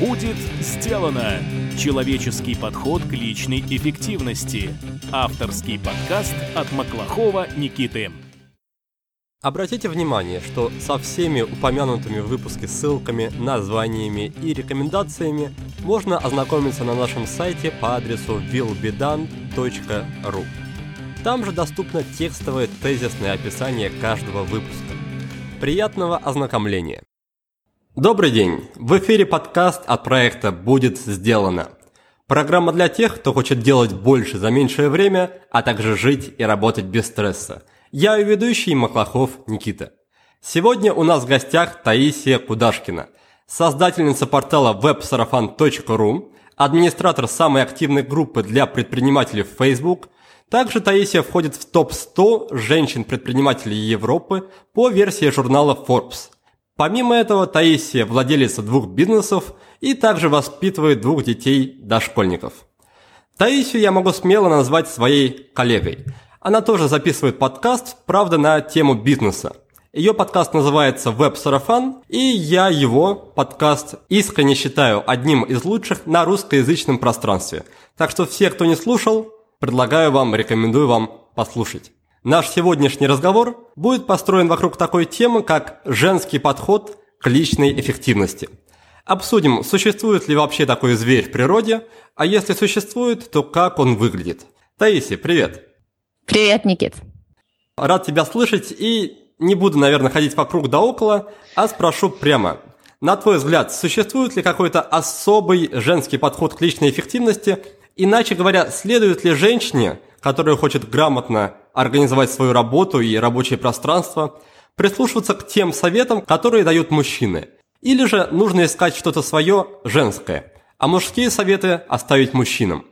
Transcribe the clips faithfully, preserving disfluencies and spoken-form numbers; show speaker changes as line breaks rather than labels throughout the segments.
Будет сделано! Человеческий подход к личной эффективности. Авторский подкаст от Маклахова Никиты.
Обратите внимание, что со всеми упомянутыми в выпуске ссылками, названиями и рекомендациями можно ознакомиться на нашем сайте по адресу will be done точка ru. Там же доступно текстовое тезисное описание каждого выпуска. Приятного ознакомления! Добрый день! В эфире подкаст от проекта «Будет сделано». Программа для тех, кто хочет делать больше за меньшее время, а также жить и работать без стресса. Я ее ведущий Маклахов Никита. Сегодня у нас в гостях Таисия Кудашкина, создательница портала веб сарафан точка ру, администратор самой активной группы для предпринимателей в Facebook. Также Таисия входит в топ сто женщин-предпринимателей Европы по версии журнала Forbes. Помимо этого, Таисия владелица двух бизнесов и также воспитывает двух детей-дошкольников. Таисию я могу смело назвать своей коллегой. Она тоже записывает подкаст, правда, на тему бизнеса. Ее подкаст называется «Веб-сарафан», и я его подкаст искренне считаю одним из лучших на русскоязычном пространстве. Так что все, кто не слушал, предлагаю вам, рекомендую вам послушать. Наш сегодняшний разговор будет построен вокруг такой темы, как женский подход к личной эффективности. Обсудим, существует ли вообще такой зверь в природе, а если существует, то как он выглядит. Таисия, привет!
Привет, Никит.
Рад тебя слышать и не буду, наверное, ходить вокруг да около, а спрошу прямо. На твой взгляд, существует ли какой-то особый женский подход к личной эффективности? Иначе говоря, следует ли женщине, которая хочет грамотно организовать свою работу и рабочее пространство, прислушиваться к тем советам, которые дают мужчины? Или же нужно искать что-то свое женское, а мужские советы оставить мужчинам?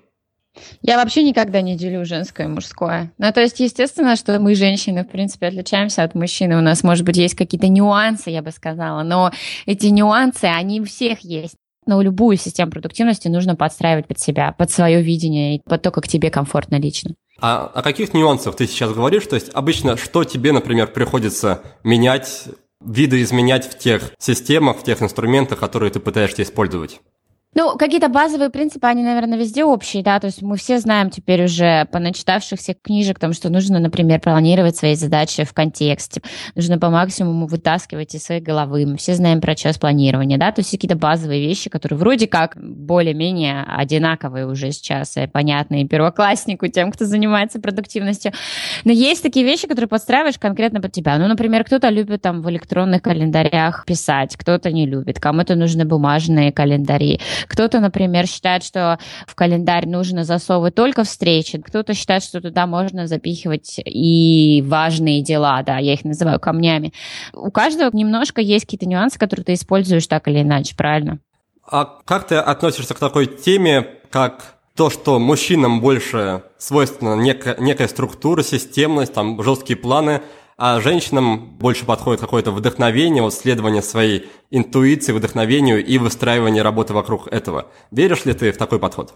Я вообще никогда не делю женское и мужское. Ну, то есть, естественно, что мы, женщины, в принципе, отличаемся от мужчин. У нас, может быть, есть какие-то нюансы, я бы сказала, но эти нюансы, они у всех есть. Но любую систему продуктивности нужно подстраивать под себя, под свое видение и под то, как тебе комфортно лично.
А о каких нюансах ты сейчас говоришь? То есть, обычно, что тебе, например, приходится менять, видоизменять в тех системах, в тех инструментах, которые ты пытаешься использовать?
Ну, какие-то базовые принципы, они, наверное, везде общие, да, то есть мы все знаем теперь уже, поначитавших всех книжек, там, что нужно, например, планировать свои задачи в контексте, нужно по максимуму вытаскивать из своей головы, мы все знаем про час планирования, да, то есть какие-то базовые вещи, которые вроде как более-менее одинаковые уже сейчас, и понятные первокласснику, тем, кто занимается продуктивностью, но есть такие вещи, которые подстраиваешь конкретно под тебя, ну, например, кто-то любит там в электронных календарях писать, кто-то не любит, кому-то нужны бумажные календари. Кто-то, например, считает, что в календарь нужно засовывать только встречи, кто-то считает, что туда можно запихивать и важные дела, да, я их называю камнями. У каждого немножко есть какие-то нюансы, которые ты используешь так или иначе, правильно?
А как ты относишься к такой теме, как то, что мужчинам больше свойственна некая, некая структура, системность, там, жесткие планы, а женщинам больше подходит какое-то вдохновение, вот следование своей интуиции, вдохновению и выстраивание работы вокруг этого. Веришь ли ты в такой подход?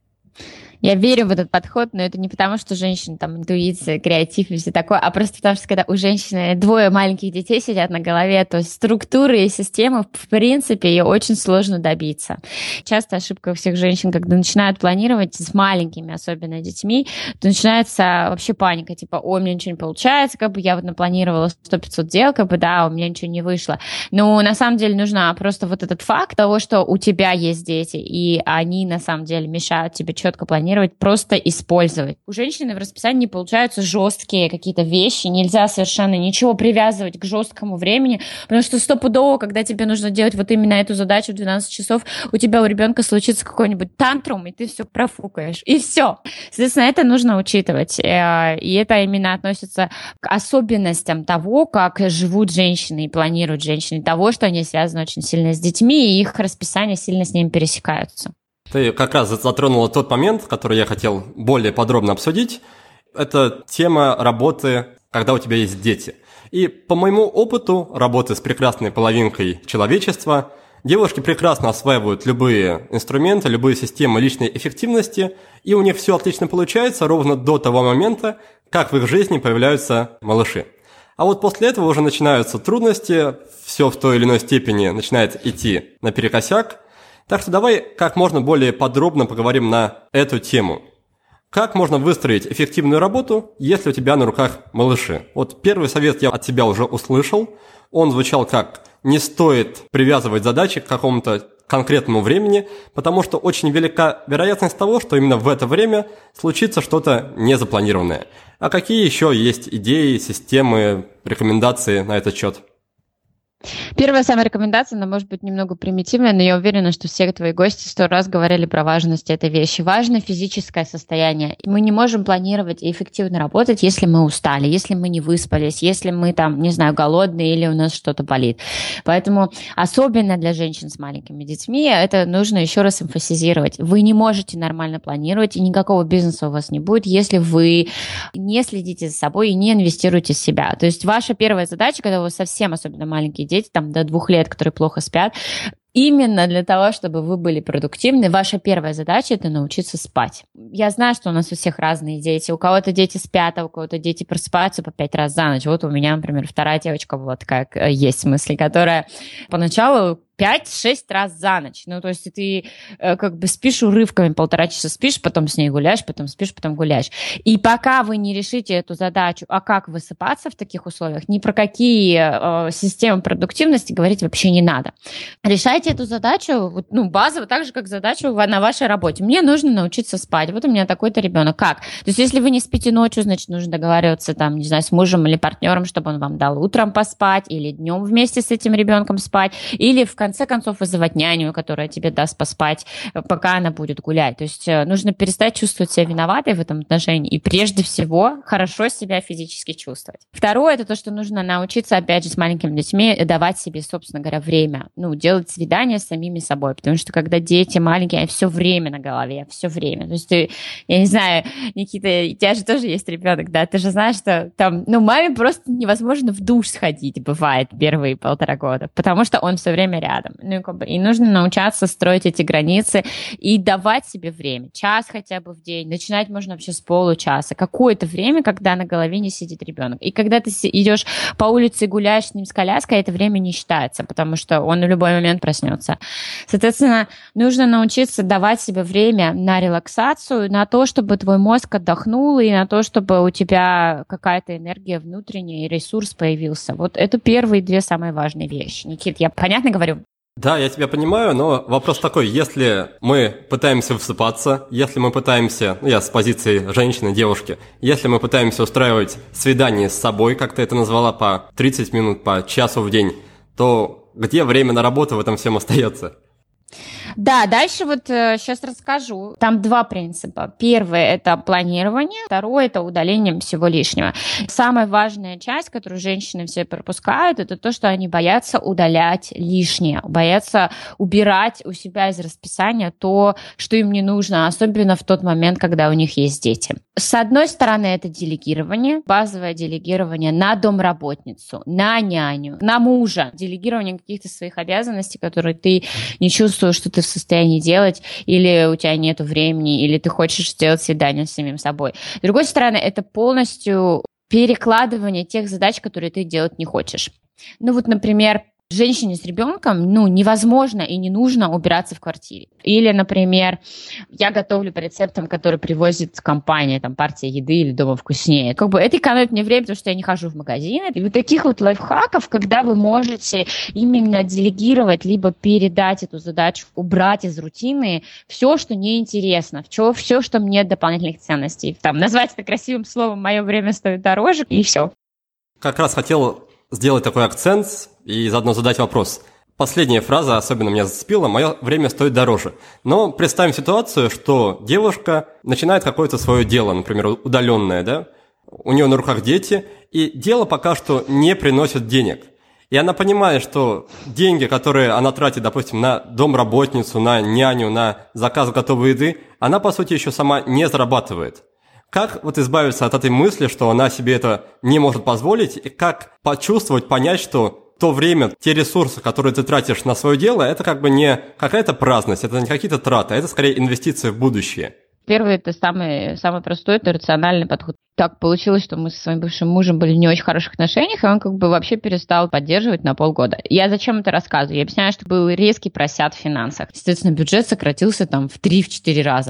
Я верю в этот подход, но это не потому, что женщина там интуиция, креатив и все такое, а просто потому, что когда у женщины двое маленьких детей сидят на голове, то структуры и системы, в принципе, ее очень сложно добиться. Часто ошибка у всех женщин, когда начинают планировать с маленькими, особенно детьми, то начинается вообще паника, типа, ой, у меня ничего не получается, как бы я вот напланировала сто пятьсот дел, как бы, да, у меня ничего не вышло. Но на самом деле нужно просто вот этот факт того, что у тебя есть дети, и они на самом деле мешают тебе четко планировать, просто использовать. У женщины в расписании не получаются жесткие какие-то вещи, нельзя совершенно ничего привязывать к жесткому времени, потому что стопудово, когда тебе нужно делать вот именно эту задачу в двенадцать часов, у тебя у ребенка случится какой-нибудь тантрум, и ты все профукаешь, и все. Соответственно, это нужно учитывать, и это именно относится к особенностям того, как живут женщины и планируют женщины, того, что они связаны очень сильно с детьми, и их расписания сильно с ними пересекаются.
Ты как раз затронула тот момент, который я хотел более подробно обсудить. Это тема работы, когда у тебя есть дети. И по моему опыту работы с прекрасной половинкой человечества, девушки прекрасно осваивают любые инструменты, любые системы личной эффективности, и у них все отлично получается ровно до того момента, как в их жизни появляются малыши. А вот после этого уже начинаются трудности, все в той или иной степени начинает идти наперекосяк. Так что давай как можно более подробно поговорим на эту тему. Как можно выстроить эффективную работу, если у тебя на руках малыши? Вот первый совет я от тебя уже услышал. Он звучал как: не стоит привязывать задачи к какому-то конкретному времени, потому что очень велика вероятность того, что именно в это время случится что-то незапланированное. А какие еще есть идеи, системы, рекомендации на этот счет?
Первая самая рекомендация, она может быть немного примитивная, но я уверена, что все твои гости сто раз говорили про важность этой вещи. Важно физическое состояние. Мы не можем планировать и эффективно работать, если мы устали, если мы не выспались, если мы там, не знаю, голодные или у нас что-то болит. Поэтому особенно для женщин с маленькими детьми это нужно еще раз эмфасизировать. Вы не можете нормально планировать, и никакого бизнеса у вас не будет, если вы не следите за собой и не инвестируете в себя. То есть ваша первая задача, когда у вас совсем особенно маленькие дети, там до двух лет, которые плохо спят, именно для того, чтобы вы были продуктивны, ваша первая задача – это научиться спать. Я знаю, что у нас у всех разные дети. У кого-то дети спят, а у кого-то дети просыпаются по пять раз за ночь. Вот у меня, например, вторая девочка, вот как есть в смысле, которая поначалу пять-шесть раз за ночь. Ну, то есть ты э, как бы спишь урывками, полтора часа спишь, потом с ней гуляешь, потом спишь, потом гуляешь. И пока вы не решите эту задачу, а как высыпаться в таких условиях, ни про какие э, системы продуктивности говорить вообще не надо. Решайте эту задачу, ну, базово, так же, как задачу на вашей работе. Мне нужно научиться спать. Вот у меня такой-то ребенок. Как? То есть если вы не спите ночью, значит, нужно договариваться, там, не знаю, с мужем или партнером, чтобы он вам дал утром поспать, или днем вместе с этим ребенком спать, или в В конце концов вызывать няню, которая тебе даст поспать, пока она будет гулять. То есть нужно перестать чувствовать себя виноватой в этом отношении и прежде всего хорошо себя физически чувствовать. Второе, это то, что нужно научиться, опять же, с маленькими детьми давать себе, собственно говоря, время. Ну, делать свидания с самими собой, потому что когда дети маленькие, они все время на голове, все время. То есть ты, я не знаю, Никита, у тебя же тоже есть ребенок, да, ты же знаешь, что там, ну, маме просто невозможно в душ сходить, бывает, первые полтора года, потому что он все время рядом. Ну, как бы, и нужно научаться строить эти границы и давать себе время. Час хотя бы в день. Начинать можно вообще с получаса. Какое-то время, когда на голове не сидит ребенок. И когда ты идешь по улице и гуляешь с ним с коляской, это время не считается, потому что он в любой момент проснется. Соответственно, нужно научиться давать себе время на релаксацию, на то, чтобы твой мозг отдохнул, и на то, чтобы у тебя какая-то энергия внутренняя и ресурс появился. Вот это первые две самые важные вещи. Никит, я понятно говорю?
Да, я тебя понимаю, но вопрос такой: если мы пытаемся высыпаться, если мы пытаемся, ну я с позиции женщины, девушки, если мы пытаемся устраивать свидание с собой, как ты это назвала, по тридцать минут, по часу в день, то где время на работу в этом всем остается?
Да, дальше вот э, сейчас расскажу. Там два принципа. Первый – это планирование, второй – это удаление всего лишнего. Самая важная часть, которую женщины все пропускают, это то, что они боятся удалять лишнее, боятся убирать у себя из расписания то, что им не нужно, особенно в тот момент, когда у них есть дети. С одной стороны, это делегирование, базовое делегирование на домработницу, на няню, на мужа, делегирование каких-то своих обязанностей, которые ты не чувствуешь, что ты в состоянии делать, или у тебя нет времени, или ты хочешь сделать свидание с самим собой. С другой стороны, это полностью перекладывание тех задач, которые ты делать не хочешь. Ну вот, например, женщине с ребенком, ну, невозможно и не нужно убираться в квартире. Или, например, я готовлю по рецептам, которые привозит компания, там, партия еды или дома вкуснее. Как бы это экономит мне время, потому что я не хожу в магазины. И вот таких вот лайфхаков, когда вы можете именно делегировать, либо передать эту задачу, убрать из рутины все, что неинтересно, все, все, что нет дополнительных ценностей. Там, назвать это красивым словом «мое время стоит дороже», и все.
Как раз хотел сделать такой акцент и заодно задать вопрос. Последняя фраза особенно меня зацепила: «Мое время стоит дороже». Но представим ситуацию, что девушка начинает какое-то свое дело, например, удаленное, да? У нее на руках дети, и дело пока что не приносит денег. И она понимает, что деньги, которые она тратит, допустим, на домработницу, на няню, на заказ готовой еды, она, по сути, еще сама не зарабатывает. Как вот избавиться от этой мысли, что она себе это не может позволить, и как почувствовать, понять, что то время, те ресурсы, которые ты тратишь на свое дело, это как бы не какая-то праздность, это не какие-то траты, это скорее инвестиции в будущее.
Первый – это самый, самый простой, это рациональный подход. так получилось, что мы со своим бывшим мужем были в не очень хороших отношениях, и он как бы вообще перестал поддерживать на полгода. Я зачем это рассказываю? Я объясняю, что был резкий просяд в финансах. Естественно, бюджет сократился там в три-четыре раза.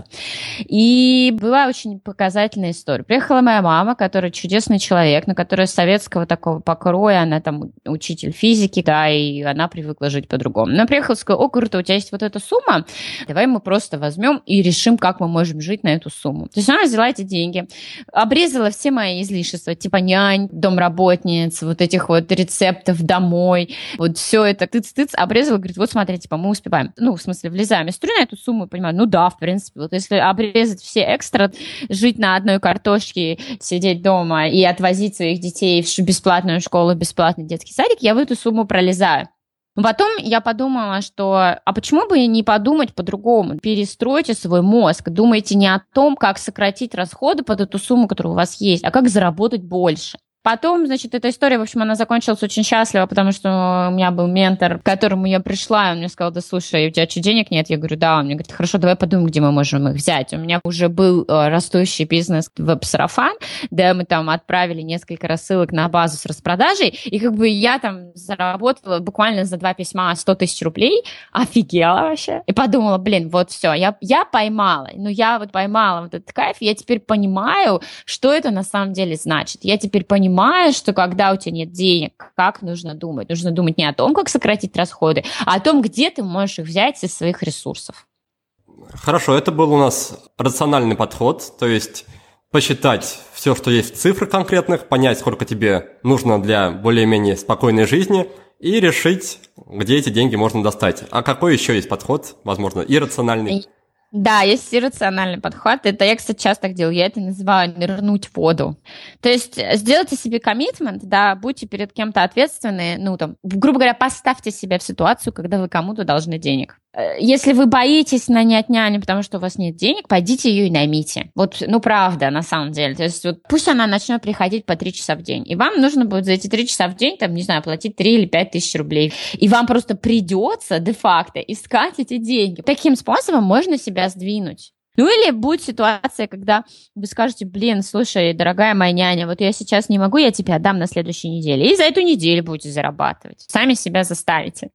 И была очень показательная история. Приехала моя мама, которая чудесный человек, но которая советского такого покроя, она там учитель физики, да, и она привыкла жить по-другому. Она приехала и сказала: о, круто, у тебя есть вот эта сумма, давай мы просто возьмем и решим, как мы можем жить на эту сумму. То есть она взяла эти деньги, обрезала все мои излишества, типа нянь, домработниц, вот этих вот рецептов домой, вот все это тыц-тыц, обрезала, говорит: вот смотри, типа мы успеваем. Ну, в смысле, влезаем. Я смотрю на эту сумму и понимаю, ну да, в принципе, вот если обрезать все экстра, жить на одной картошке, сидеть дома и отвозить своих детей в бесплатную школу, бесплатный детский садик, я в эту сумму пролезаю. Потом я подумала, что а почему бы не подумать по-другому? Перестройте свой мозг, думайте не о том, как сократить расходы под эту сумму, которая у вас есть, а как заработать больше. Потом, значит, эта история, в общем, она закончилась очень счастливо, потому что у меня был ментор, к которому я пришла, и он мне сказал: да слушай, у тебя что, денег нет? Я говорю: да. Он мне говорит: хорошо, давай подумаем, где мы можем их взять. У меня уже был э, растущий бизнес веб-сарафан, да, мы там отправили несколько рассылок на базу с распродажей, и как бы я там заработала буквально за два письма сто тысяч рублей, офигела вообще, и подумала: блин, вот все, я, я поймала, ну я вот поймала вот этот кайф, я теперь понимаю, что это на самом деле значит, я теперь понимаю, что когда у тебя нет денег, как нужно думать? Нужно думать не о том, как сократить расходы, а о том, где ты можешь их взять из своих ресурсов.
Хорошо, это был у нас рациональный подход, то есть посчитать все, что есть в цифрах конкретных, понять, сколько тебе нужно для более-менее спокойной жизни и решить, где эти деньги можно достать. А какой еще есть подход, возможно, иррациональный?
Да, есть иррациональный подход. Это я, кстати, часто так делаю. Я это называю нырнуть в воду. То есть сделайте себе коммитмент, да, будьте перед кем-то ответственны, ну, там, грубо говоря, поставьте себя в ситуацию, когда вы кому-то должны денег. Если вы боитесь нанять няню, потому что у вас нет денег, пойдите ее и наймите. Вот, ну, правда, на самом деле. То есть вот пусть она начнет приходить по три часа в день. И вам нужно будет за эти три часа в день, там, не знаю, платить три или пять тысяч рублей. И вам просто придется де-факто искать эти деньги. Таким способом можно себя сдвинуть. Ну или будет ситуация, когда вы скажете: блин, слушай, дорогая моя няня, вот я сейчас не могу, я тебе отдам на следующей неделе. И за эту неделю будете зарабатывать. Сами себя заставите.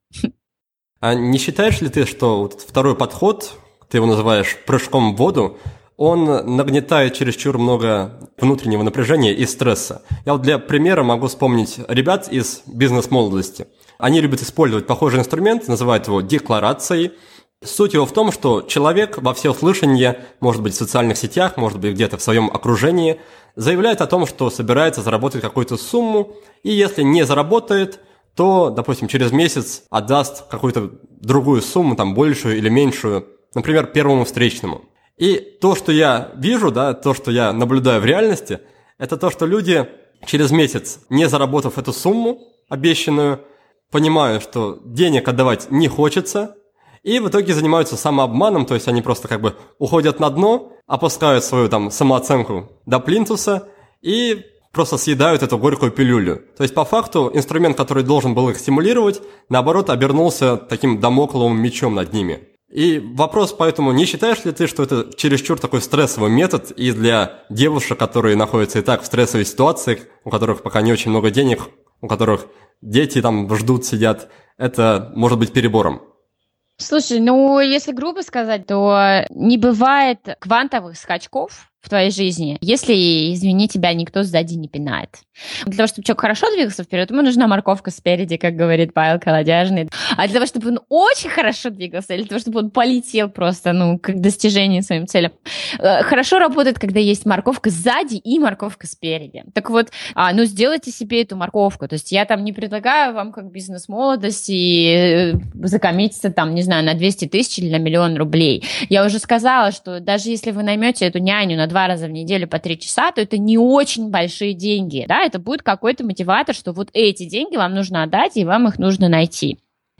А не считаешь ли ты, что вот второй подход, ты его называешь прыжком в воду, он нагнетает чересчур много внутреннего напряжения и стресса? Я вот для примера могу вспомнить ребят из бизнес-молодости. Они любят использовать похожий инструмент, называют его декларацией. Суть его в том, что человек во всеуслышание, может быть в социальных сетях, может быть где-то в своем окружении, заявляет о том, что собирается заработать какую-то сумму, и если не заработает, то, допустим, через месяц отдаст какую-то другую сумму, там, большую или меньшую, например, первому встречному. И то, что я вижу, да, то, что я наблюдаю в реальности, это то, что люди через месяц, не заработав эту сумму обещанную, понимают, что денег отдавать не хочется, и в итоге занимаются самообманом, то есть они просто как бы уходят на дно, опускают свою там самооценку до плинтуса и просто съедают эту горькую пилюлю. То есть, по факту, инструмент, который должен был их стимулировать, наоборот, обернулся таким дамокловым мечом над ними. И вопрос поэтому, не считаешь ли ты, что это чересчур такой стрессовый метод и для девушек, которые находятся и так в стрессовой ситуации, у которых пока не очень много денег, у которых дети там ждут, сидят, это может быть перебором?
Слушай, ну, если грубо сказать, то не бывает квантовых скачков в твоей жизни, если, извини, тебя никто сзади не пинает. Для того, чтобы человек хорошо двигался вперед, ему нужна морковка спереди, как говорит Павел Колодяжный. А для того, чтобы он очень хорошо двигался, или для того, чтобы он полетел просто, ну, к достижению своим целям, хорошо работает, когда есть морковка сзади и морковка спереди. Так вот, а, ну, сделайте себе эту морковку. То есть я там не предлагаю вам, как бизнес-молодость, и закоммититься там, не знаю, на двести тысяч или на миллион рублей. Я уже сказала, что даже если вы наймете эту няню на два раза в неделю по три часа, то это не очень большие деньги, да, это будет какой-то мотиватор, что вот эти деньги вам нужно отдать, и вам их нужно найти.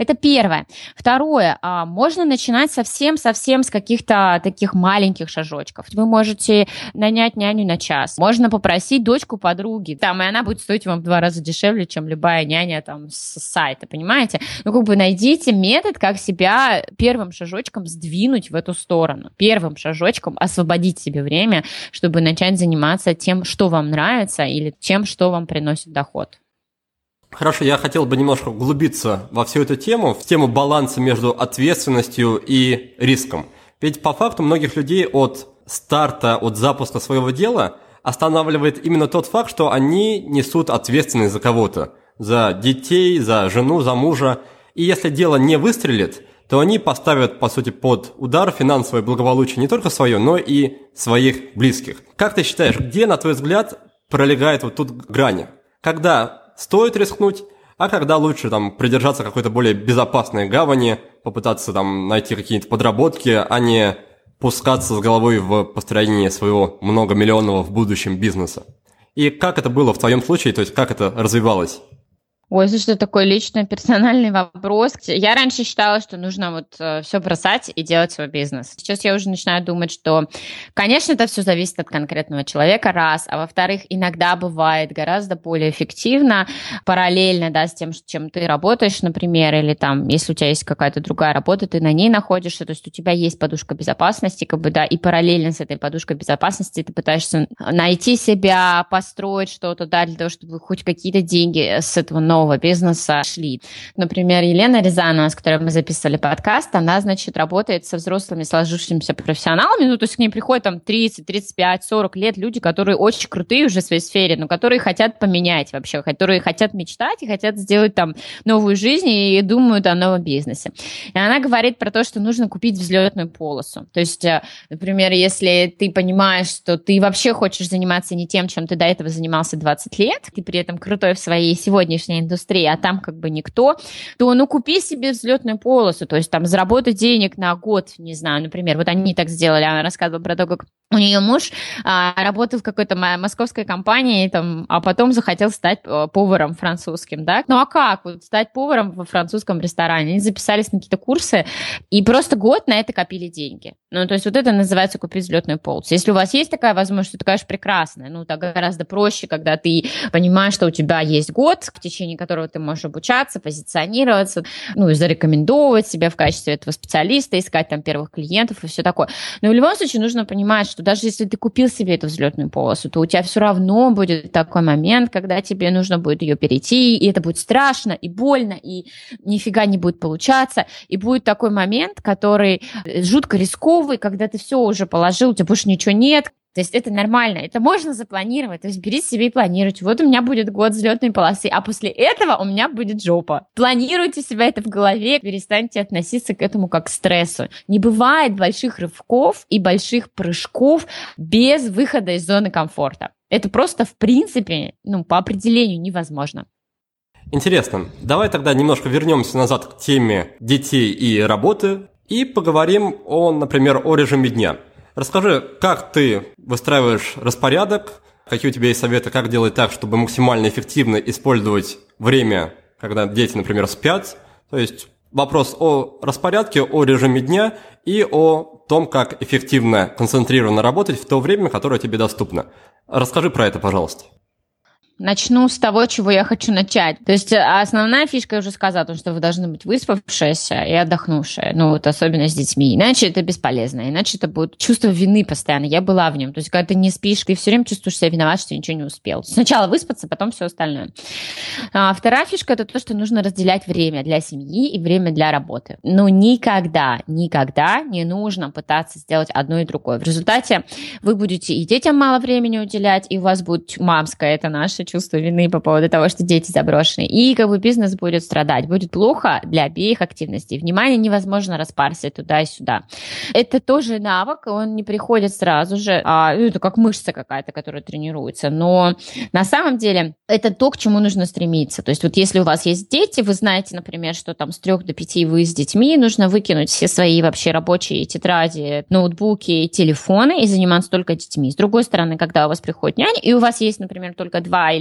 Это первое. Второе. Можно начинать совсем-совсем с каких-то таких маленьких шажочков. Вы можете нанять няню на час. Можно попросить дочку подруги. Там, и она будет стоить вам в два раза дешевле, чем любая няня там с сайта, понимаете? Ну, как бы найдите метод, как себя первым шажочком сдвинуть в эту сторону. Первым шажочком освободить себе время, чтобы начать заниматься тем, что вам нравится, или тем, что вам приносит доход.
Хорошо, я хотел бы немножко углубиться во всю эту тему, в тему баланса между ответственностью и риском. Ведь по факту многих людей от старта, от запуска своего дела останавливает именно тот факт, что они несут ответственность за кого-то, за детей, за жену, за мужа. И если дело не выстрелит, то они поставят, по сути, под удар финансовое благополучие не только свое, но и своих близких. Как ты считаешь, где, на твой взгляд, пролегает вот тут грань? Когда стоит рискнуть, а когда лучше там придержаться какой-то более безопасной гавани, попытаться там найти какие-то подработки, а не пускаться с головой в построение своего многомиллионного в будущем бизнеса. И как это было в твоем случае, то есть как это развивалось?
Ой, это что такой личный, персональный вопрос. Я раньше считала, что нужно вот э, все бросать и делать свой бизнес. Сейчас я уже начинаю думать, что, конечно, это все зависит от конкретного человека, раз, а во-вторых, иногда бывает гораздо более эффективно, параллельно, да, с тем, чем ты работаешь, например, или там, если у тебя есть какая-то другая работа, ты на ней находишься, то есть у тебя есть подушка безопасности, как бы, да, и параллельно с этой подушкой безопасности ты пытаешься найти себя, построить что-то, да, для того, чтобы хоть какие-то деньги с этого нового бизнеса шли. Например, Елена Рязанова, с которой мы записывали подкаст, она, значит, работает со взрослыми сложившимися профессионалами, ну, то есть к ней приходят там тридцать, тридцать пять, сорок лет люди, которые очень крутые уже в своей сфере, но которые хотят поменять вообще, которые хотят мечтать и хотят сделать там новую жизнь и думают о новом бизнесе. И она говорит про то, что нужно купить взлетную полосу. То есть, например, если ты понимаешь, что ты вообще хочешь заниматься не тем, чем ты до этого занимался двадцать лет, ты при этом крутой в своей сегодняшней индустрии, а там как бы никто, то ну купи себе взлетную полосу, то есть там заработать денег на год, не знаю, например, вот они так сделали, она рассказывала про то, как у нее муж а, работал в какой-то московской компании, там, а потом захотел стать а, поваром французским, да, ну а как вот стать поваром во французском ресторане? Они записались на какие-то курсы и просто год на это копили деньги. Ну, то есть вот это называется купить взлетную полосу. Если у вас есть такая возможность, это, конечно, прекрасно, ну, так гораздо проще, когда ты понимаешь, что у тебя есть год, в течение которого ты можешь обучаться, позиционироваться, ну, и зарекомендовать себя в качестве этого специалиста, искать там первых клиентов и все такое. Но в любом случае нужно понимать, что даже если ты купил себе эту взлетную полосу, то у тебя все равно будет такой момент, когда тебе нужно будет ее перейти, и это будет страшно, и больно, и нифига не будет получаться, и будет такой момент, который жутко рисковый, когда ты все уже положил, у тебя больше ничего нет. То есть это нормально, это можно запланировать, то есть берите себе и планируйте. Вот у меня будет год взлетной полосы, а после этого у меня будет жопа. Планируйте себя это в голове, перестаньте относиться к этому как к стрессу. Не бывает больших рывков и больших прыжков без выхода из зоны комфорта. Это просто в принципе, ну, по определению невозможно.
Интересно. Давай тогда немножко вернемся назад к теме детей и работы и поговорим о, например, о режиме дня. Расскажи, как ты выстраиваешь распорядок, какие у тебя есть советы, как делать так, чтобы максимально эффективно использовать время, когда дети, например, спят. То есть вопрос о распорядке, о режиме дня и о том, как эффективно, концентрированно работать в то время, которое тебе доступно. Расскажи про это, пожалуйста.
Начну с того, чего я хочу начать. То есть основная фишка, я уже сказала, то, что вы должны быть выспавшиеся и отдохнувшие. Ну, вот особенно с детьми. Иначе это бесполезно. Иначе это будет чувство вины постоянно. Я была в нем. То есть когда ты не спишь, ты все время чувствуешь себя виноват, что ты ничего не успел. Сначала выспаться, потом все остальное. А вторая фишка – это то, что нужно разделять время для семьи и время для работы. Ну, никогда, никогда не нужно пытаться сделать одно и другое. В результате вы будете и детям мало времени уделять, и у вас будет мамское, это наше чувство вины по поводу того, что дети заброшены. И как бы бизнес будет страдать. Будет плохо для обеих активностей. Внимание невозможно распарсить туда и сюда. Это тоже навык, он не приходит сразу же. А, это как мышца какая-то, которая тренируется. Но на самом деле это то, к чему нужно стремиться. То есть вот если у вас есть дети, вы знаете, например, что там с трех до пяти вы с детьми, нужно выкинуть все свои вообще рабочие тетради, ноутбуки, телефоны и заниматься только детьми. С другой стороны, когда у вас приходит няня, и у вас есть, например, только два или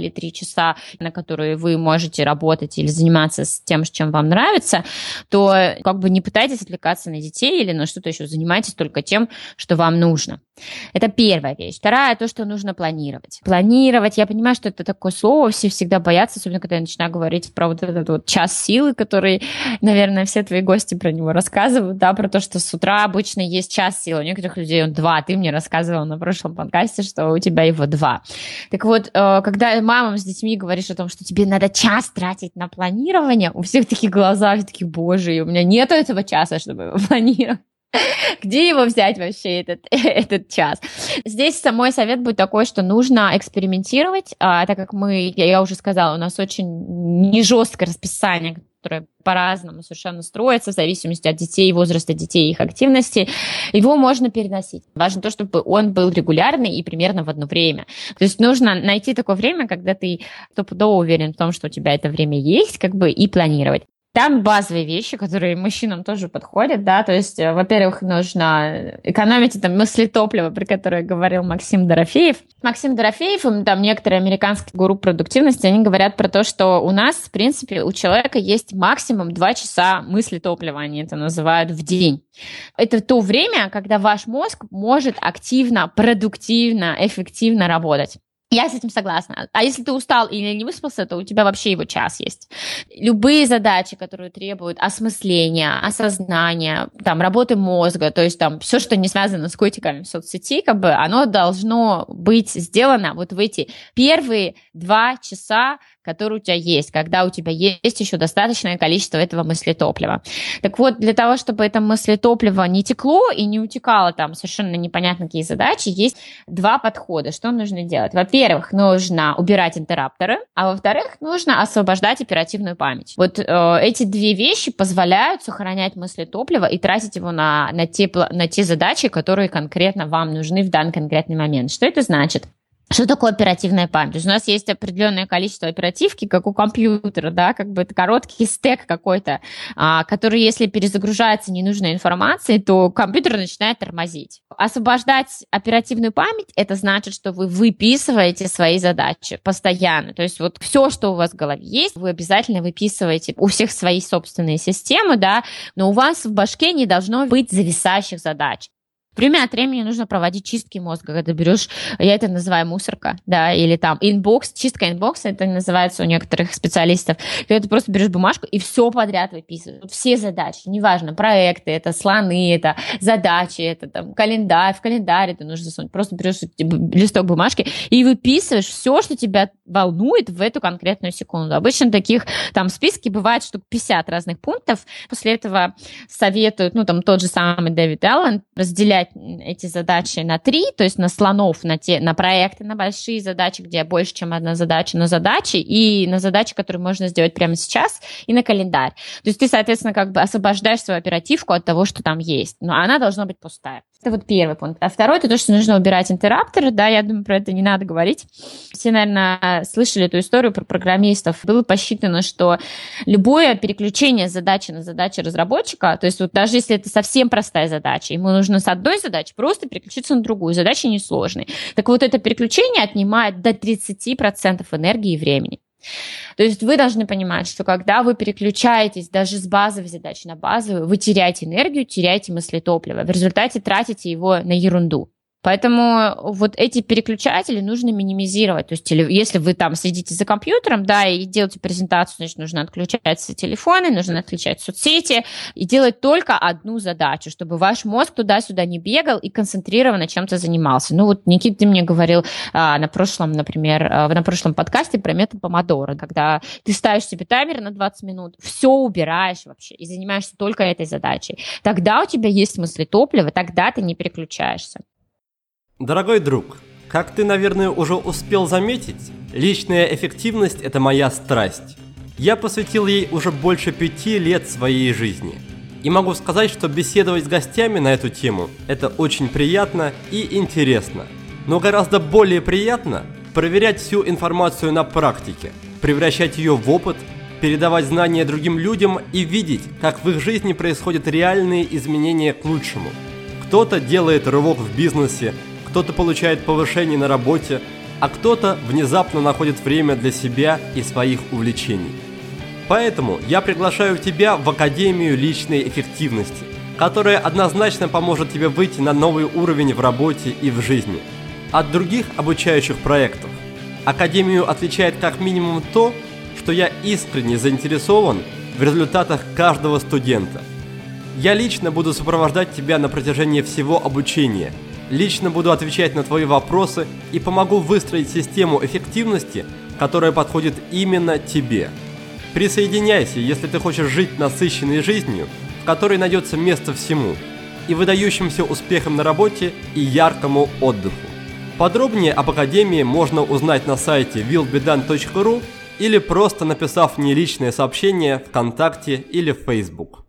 или три часа, на которые вы можете работать или заниматься с тем, чем вам нравится, то как бы не пытайтесь отвлекаться на детей или на что-то еще, занимайтесь только тем, что вам нужно. Это первая вещь. Вторая, то, что нужно планировать. Планировать, я понимаю, что это такое слово, все всегда боятся, особенно когда я начинаю говорить про вот этот вот час силы, который, наверное, все твои гости про него рассказывают, да, про то, что с утра обычно есть час силы, у некоторых людей он два. Ты мне рассказывала на прошлом подкасте, что у тебя его два. Так вот, когда мамам с детьми говоришь о том, что тебе надо час тратить на планирование, у всех такие глаза, все такие, боже, у меня нету этого часа, чтобы его планировать. Где его взять вообще, этот, этот час? Здесь мой совет будет такой, что нужно экспериментировать, а, так как мы, я, я уже сказала, у нас очень не жесткое расписание, которое по-разному совершенно строится в зависимости от детей, возраста детей и их активности, его можно переносить. Важно то, чтобы он был регулярный и примерно в одно время. То есть нужно найти такое время, когда ты стопудово уверен в том, что у тебя это время есть, как бы, и планировать. Там базовые вещи, которые мужчинам тоже подходят, да, то есть, во-первых, нужно экономить это мыслетопливо, про которое говорил Максим Дорофеев. Максим Дорофеев, там некоторые американские гуру продуктивности, они говорят про то, что у нас, в принципе, у человека есть максимум два часа мыслетоплива, они это называют, в день. Это то время, когда ваш мозг может активно, продуктивно, эффективно работать. Я с этим согласна. А если ты устал или не выспался, то у тебя вообще его час есть. Любые задачи, которые требуют осмысления, осознания, там, работы мозга, то есть там все, что не связано с котиками в соцсети, как бы оно должно быть сделано вот в эти первые два часа, которые у тебя есть, когда у тебя есть еще достаточное количество этого мыслетоплива. Так вот, для того, чтобы это мыслетопливо не текло и не утекало там совершенно непонятно какие задачи, есть два подхода. Что нужно делать? Во-первых, нужно убирать интерруптеры, а во-вторых, нужно освобождать оперативную память. Вот э, эти две вещи позволяют сохранять мыслетопливо и тратить его на, на, те, на те задачи, которые конкретно вам нужны в данный конкретный момент. Что это значит? Что такое оперативная память? То есть у нас есть определенное количество оперативки, как у компьютера, да, как бы это короткий стек какой-то, а, который, если перезагружается ненужной информацией, то компьютер начинает тормозить. Освобождать оперативную память, это значит, что вы выписываете свои задачи постоянно. То есть вот все, что у вас в голове есть, вы обязательно выписываете. У всех свои собственные системы, да, но у вас в башке не должно быть зависающих задач. Время от времени нужно проводить чистки мозга, когда берешь, я это называю мусорка, да, или там инбокс, чистка инбокса, это называется у некоторых специалистов, когда ты просто берешь бумажку и все подряд выписываешь, все задачи, неважно, проекты, это слоны, это задачи, это там календарь, в календарь это нужно засунуть, просто берешь листок бумажки и выписываешь все, что тебя волнует в эту конкретную секунду. Обычно таких там списки бывает штук пятьдесят разных пунктов, после этого советуют, ну там тот же самый Дэвид Аллен, разделять эти задачи на три, то есть на слонов, на, те, на проекты, на большие задачи, где больше, чем одна задача, на задачи, и на задачи, которые можно сделать прямо сейчас, и на календарь. То есть ты, соответственно, как бы освобождаешь свою оперативку от того, что там есть, но она должна быть пустая. Это вот первый пункт. А второй, это то, что нужно убирать интерруптеры, да, я думаю, про это не надо говорить. Все, наверное, слышали эту историю про программистов. Было посчитано, что любое переключение с задачи на задачу разработчика, то есть вот даже если это совсем простая задача, ему нужно с одной задачи просто переключиться на другую, задача несложная. Так вот, это переключение отнимает до тридцать процентов энергии и времени. То есть вы должны понимать, что когда вы переключаетесь даже с базовой задачи на базовую, вы теряете энергию, теряете мыслетопливо. В результате тратите его на ерунду. Поэтому вот эти переключатели нужно минимизировать. То есть если вы там сидите за компьютером, да, и делаете презентацию, значит, нужно отключать все телефоны, нужно отключать соцсети и делать только одну задачу, чтобы ваш мозг туда-сюда не бегал и концентрированно чем-то занимался. Ну вот, Никита, ты мне говорил а, на прошлом, например, а, на прошлом подкасте про метод помодоро, когда ты ставишь себе таймер на двадцать минут, все убираешь вообще и занимаешься только этой задачей. Тогда у тебя есть мыслетопливо, тогда ты не переключаешься.
Дорогой друг, как ты, наверное, уже успел заметить, личная эффективность – это моя страсть. Я посвятил ей уже больше пяти лет своей жизни. И могу сказать, что беседовать с гостями на эту тему – это очень приятно и интересно. Но гораздо более приятно проверять всю информацию на практике, превращать ее в опыт, передавать знания другим людям и видеть, как в их жизни происходят реальные изменения к лучшему. Кто-то делает рывок в бизнесе, кто-то получает повышение на работе, а кто-то внезапно находит время для себя и своих увлечений. Поэтому я приглашаю тебя в Академию личной эффективности, которая однозначно поможет тебе выйти на новый уровень в работе и в жизни от других обучающих проектов. Академию отличает как минимум то, что я искренне заинтересован в результатах каждого студента. Я лично буду сопровождать тебя на протяжении всего обучения, лично буду отвечать на твои вопросы и помогу выстроить систему эффективности, которая подходит именно тебе. Присоединяйся, если ты хочешь жить насыщенной жизнью, в которой найдется место всему, и выдающимся успехам на работе и яркому отдыху. Подробнее об Академии можно узнать на сайте вилл би дан точка ру или просто написав мне личное сообщение ВКонтакте или в Facebook.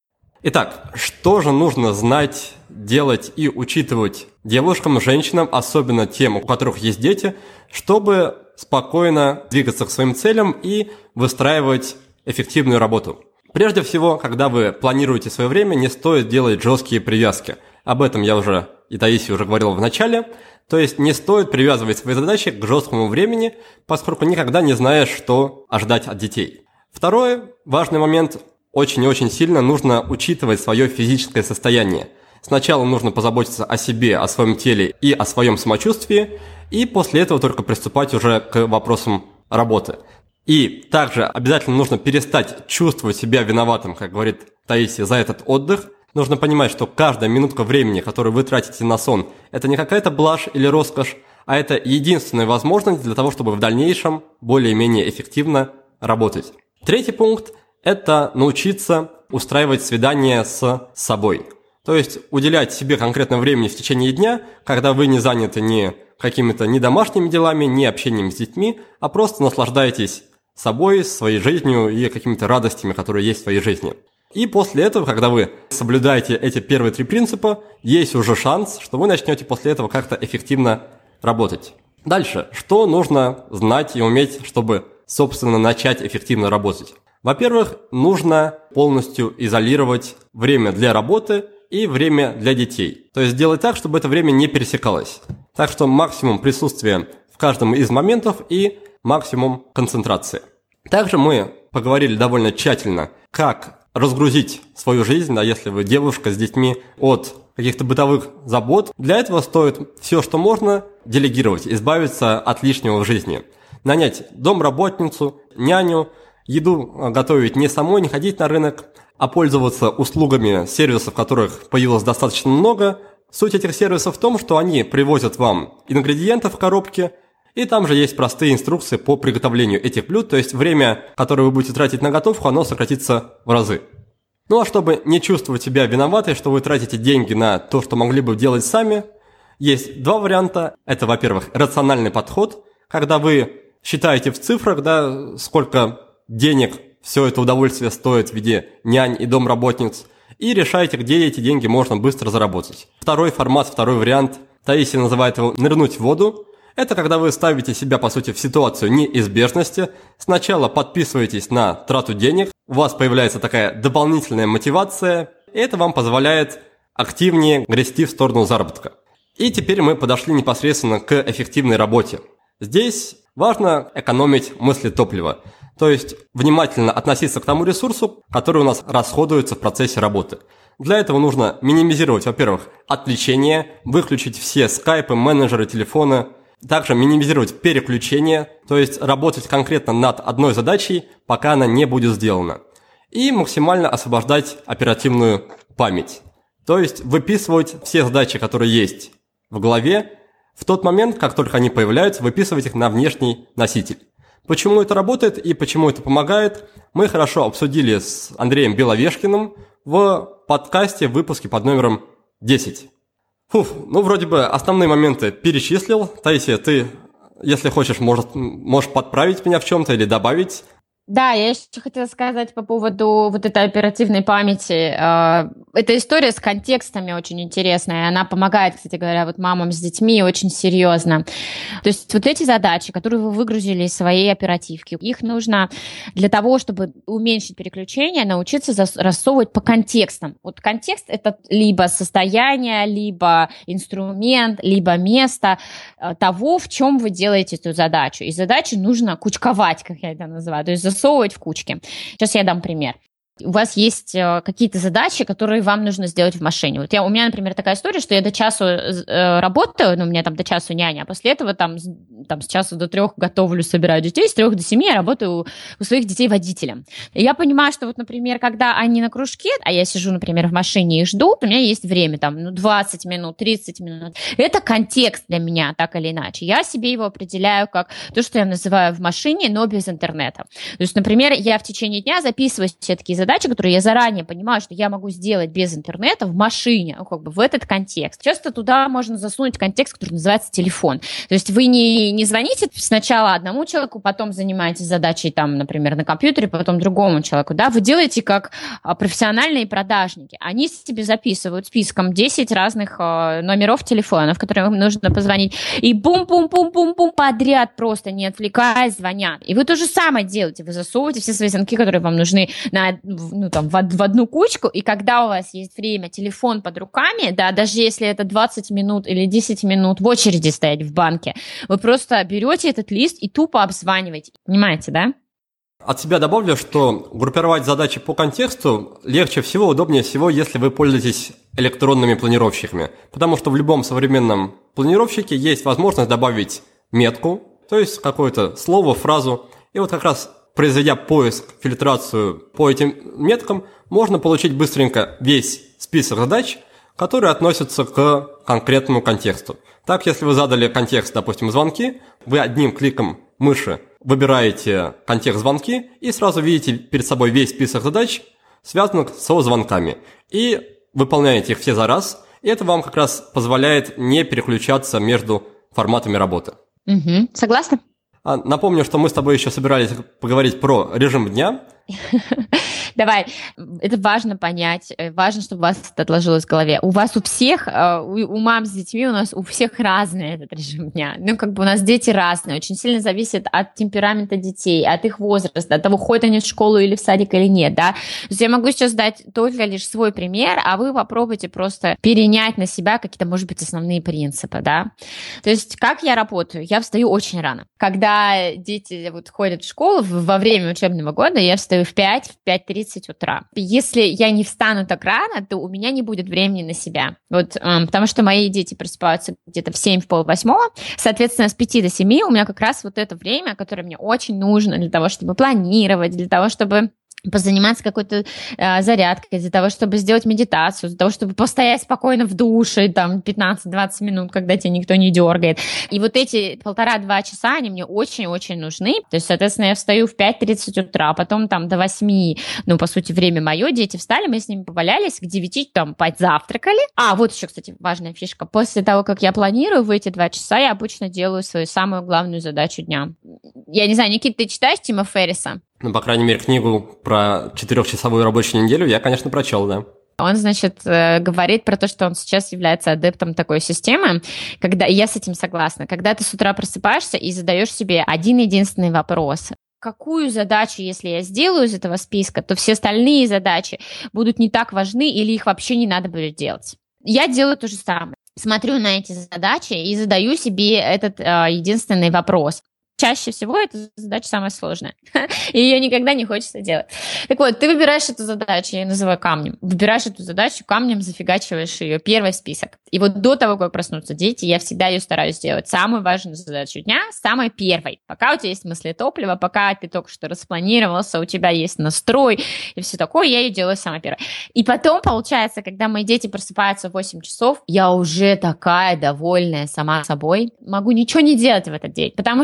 Итак, что же нужно знать, делать и учитывать девушкам, женщинам, особенно тем, у которых есть дети, чтобы спокойно двигаться к своим целям и выстраивать эффективную работу? Прежде всего, когда вы планируете свое время, не стоит делать жесткие привязки. Об этом я уже и Таисия уже говорила в начале. То есть не стоит привязывать свои задачи к жесткому времени, поскольку никогда не знаешь, что ожидать от детей. Второй важный момент. Очень и очень сильно нужно учитывать свое физическое состояние. Сначала нужно позаботиться о себе, о своем теле и о своем самочувствии, и после этого только приступать уже к вопросам работы. И также обязательно нужно перестать чувствовать себя виноватым, как говорит Таисия, за этот отдых. Нужно понимать, что каждая минутка времени, которую вы тратите на сон, это не какая-то блажь или роскошь, а это единственная возможность для того, чтобы в дальнейшем более-менее эффективно работать. Третий пункт – это научиться устраивать свидания с собой. То есть уделять себе конкретно времени в течение дня, когда вы не заняты ни какими-то ни домашними делами, ни общением с детьми, а просто наслаждаетесь собой, своей жизнью и какими-то радостями, которые есть в своей жизни. И после этого, когда вы соблюдаете эти первые три принципа, есть уже шанс, что вы начнете после этого как-то эффективно работать. Дальше, что нужно знать и уметь, чтобы, собственно, начать эффективно работать? Во-первых, нужно полностью изолировать время для работы и время для детей. То есть сделать так, чтобы это время не пересекалось. Так что максимум присутствия в каждом из моментов и максимум концентрации. Также мы поговорили довольно тщательно, как разгрузить свою жизнь, да, если вы девушка с детьми, от каких-то бытовых забот. Для этого стоит все, что можно, делегировать, избавиться от лишнего в жизни. Нанять домработницу, няню, еду готовить не самой, не ходить на рынок, а пользоваться услугами сервисов, которых появилось достаточно много. Суть этих сервисов в том, что они привозят вам ингредиенты в коробке, и там же есть простые инструкции по приготовлению этих блюд, то есть время, которое вы будете тратить на готовку, оно сократится в разы. Ну а чтобы не чувствовать себя виноватой, что вы тратите деньги на то, что могли бы делать сами, есть два варианта. Это, во-первых, рациональный подход, когда вы считаете в цифрах, да, сколько денег все это удовольствие стоит в виде нянь и домработниц, и решаете, где эти деньги можно быстро заработать. Второй формат, второй вариант, Таисия называет его «нырнуть в воду». Это когда вы ставите себя, по сути, в ситуацию неизбежности. Сначала подписываетесь на трату денег, у вас появляется такая дополнительная мотивация, и это вам позволяет активнее грести в сторону заработка. И теперь мы подошли непосредственно к эффективной работе. Здесь важно экономить мысли топлива, то есть внимательно относиться к тому ресурсу, который у нас расходуется в процессе работы. Для этого нужно минимизировать, во-первых, отвлечения, выключить все скайпы, менеджеры, телефоны. Также минимизировать переключения, то есть работать конкретно над одной задачей, пока она не будет сделана. И максимально освобождать оперативную память. То есть выписывать все задачи, которые есть в голове, в тот момент, как только они появляются, выписывать их на внешний носитель. Почему это работает и почему это помогает, мы хорошо обсудили с Андреем Беловешкиным в подкасте в выпуске под номером десять. Фуф, ну вроде бы основные моменты перечислил. Таисия, ты, если хочешь, может, можешь подправить меня в чем-то или добавить.
Да, я еще хотела сказать по поводу вот этой оперативной памяти. Эта история с контекстами очень интересная. Она помогает, кстати говоря, вот мамам с детьми очень серьезно. То есть вот эти задачи, которые вы выгрузили из своей оперативки, их нужно для того, чтобы уменьшить переключение, научиться рассовывать по контекстам. Вот контекст — это либо состояние, либо инструмент, либо место того, в чем вы делаете эту задачу. И задачи нужно кучковать, как я это называю, то есть засовывать в кучки. Сейчас я дам пример. У вас есть э, какие-то задачи, которые вам нужно сделать в машине. Вот я, у меня, например, такая история, что я до часу э, работаю, ну, у меня там до часу няня, а после этого там, там с часу до трех готовлю, собираю детей, с трех до семи я работаю у, у своих детей водителем. И я понимаю, что вот, например, когда они на кружке, а я сижу, например, в машине и жду, у меня есть время, там, ну, двадцать минут, тридцать минут. Это контекст для меня, так или иначе. Я себе его определяю как то, что я называю в машине, но без интернета. То есть, например, я в течение дня записываю все такие задачи, задачи, которые я заранее понимаю, что я могу сделать без интернета в машине, ну, как бы в этот контекст. Часто туда можно засунуть контекст, который называется телефон. То есть вы не, не звоните сначала одному человеку, потом занимаетесь задачей, там, например, на компьютере, потом другому человеку, да, вы делаете как профессиональные продажники. Они себе записывают списком десять разных э, номеров телефонов, которые им нужно позвонить, и бум-бум-бум-бум-бум подряд просто, не отвлекаясь, звонят. И вы то же самое делаете, вы засовываете все свои звонки, которые вам нужны на ну, там, в, в одну кучку, и когда у вас есть время, телефон под руками, да, даже если это двадцать минут или десять минут в очереди стоять в банке, вы просто берете этот лист и тупо обзваниваете. Понимаете, да?
От себя добавлю, что группировать задачи по контексту легче всего, удобнее всего, если вы пользуетесь электронными планировщиками, потому что в любом современном планировщике есть возможность добавить метку, то есть какое-то слово, фразу, и вот как раз произведя поиск, фильтрацию по этим меткам, можно получить быстренько весь список задач, которые относятся к конкретному контексту. Так, если вы задали контекст, допустим, звонки, вы одним кликом мыши выбираете контекст звонки и сразу видите перед собой весь список задач, связанных со звонками. И выполняете их все за раз, и это вам как раз позволяет не переключаться между форматами работы.
Угу. Согласна?
Напомню, что мы с тобой еще собирались поговорить про режим дня.
Давай, это важно понять, важно, чтобы у вас это отложилось в голове. У вас у всех, у мам с детьми, у нас у всех разный этот режим дня. Ну, как бы у нас дети разные, очень сильно зависит от темперамента детей, от их возраста, от того, ходят они в школу или в садик или нет, да. То есть я могу сейчас дать только лишь свой пример, а вы попробуйте просто перенять на себя какие-то, может быть, основные принципы, да. То есть как я работаю? Я встаю очень рано. Когда дети вот ходят в школу во время учебного года, я встаю в пять, в пять тридцать утра. Если я не встану так рано, то у меня не будет времени на себя. Вот, э, потому что мои дети просыпаются где-то в семь, в полвосьмого. Соответственно, с пяти до семи у меня как раз вот это время, которое мне очень нужно для того, чтобы планировать, для того, чтобы позаниматься какой-то э, зарядкой, для того, чтобы сделать медитацию, для того, чтобы постоять спокойно в душе, там, пятнадцать-двадцать минут, когда тебя никто не дергает. И вот эти полтора-два часа, они мне очень-очень нужны. То есть, соответственно, я встаю в пять тридцать утра, потом там до восьми, ну, по сути, время мое, дети встали, мы с ними повалялись, к девяти там позавтракали. А, вот еще, кстати, важная фишка. После того, как я планирую в эти два часа, я обычно делаю свою самую главную задачу дня. Я не знаю, Никита, ты читаешь Тима Ферриса?
Ну, по крайней мере, книгу про четырехчасовую рабочую неделю я, конечно, прочел, да.
Он, значит, говорит про то, что он сейчас является адептом такой системы, когда, и я с этим согласна, когда ты с утра просыпаешься и задаешь себе один единственный вопрос. Какую задачу, если я сделаю из этого списка, то все остальные задачи будут не так важны или их вообще не надо будет делать. Я делаю то же самое. Смотрю на эти задачи и задаю себе этот э, единственный вопрос. Чаще всего эта задача самая сложная, и ее никогда не хочется делать. Так вот, ты выбираешь эту задачу, я ее называю камнем, выбираешь эту задачу, камнем зафигачиваешь ее, первый список. И вот до того, как проснутся дети, я всегда ее стараюсь сделать. Самую важную задачу дня, самой первой. Пока у тебя есть мысли топлива, пока ты только что распланировался, у тебя есть настрой и все такое, я ее делаю самой первой. И потом, получается, когда мои дети просыпаются в восемь часов, я уже такая довольная сама собой, могу ничего не делать в этот день, потому что я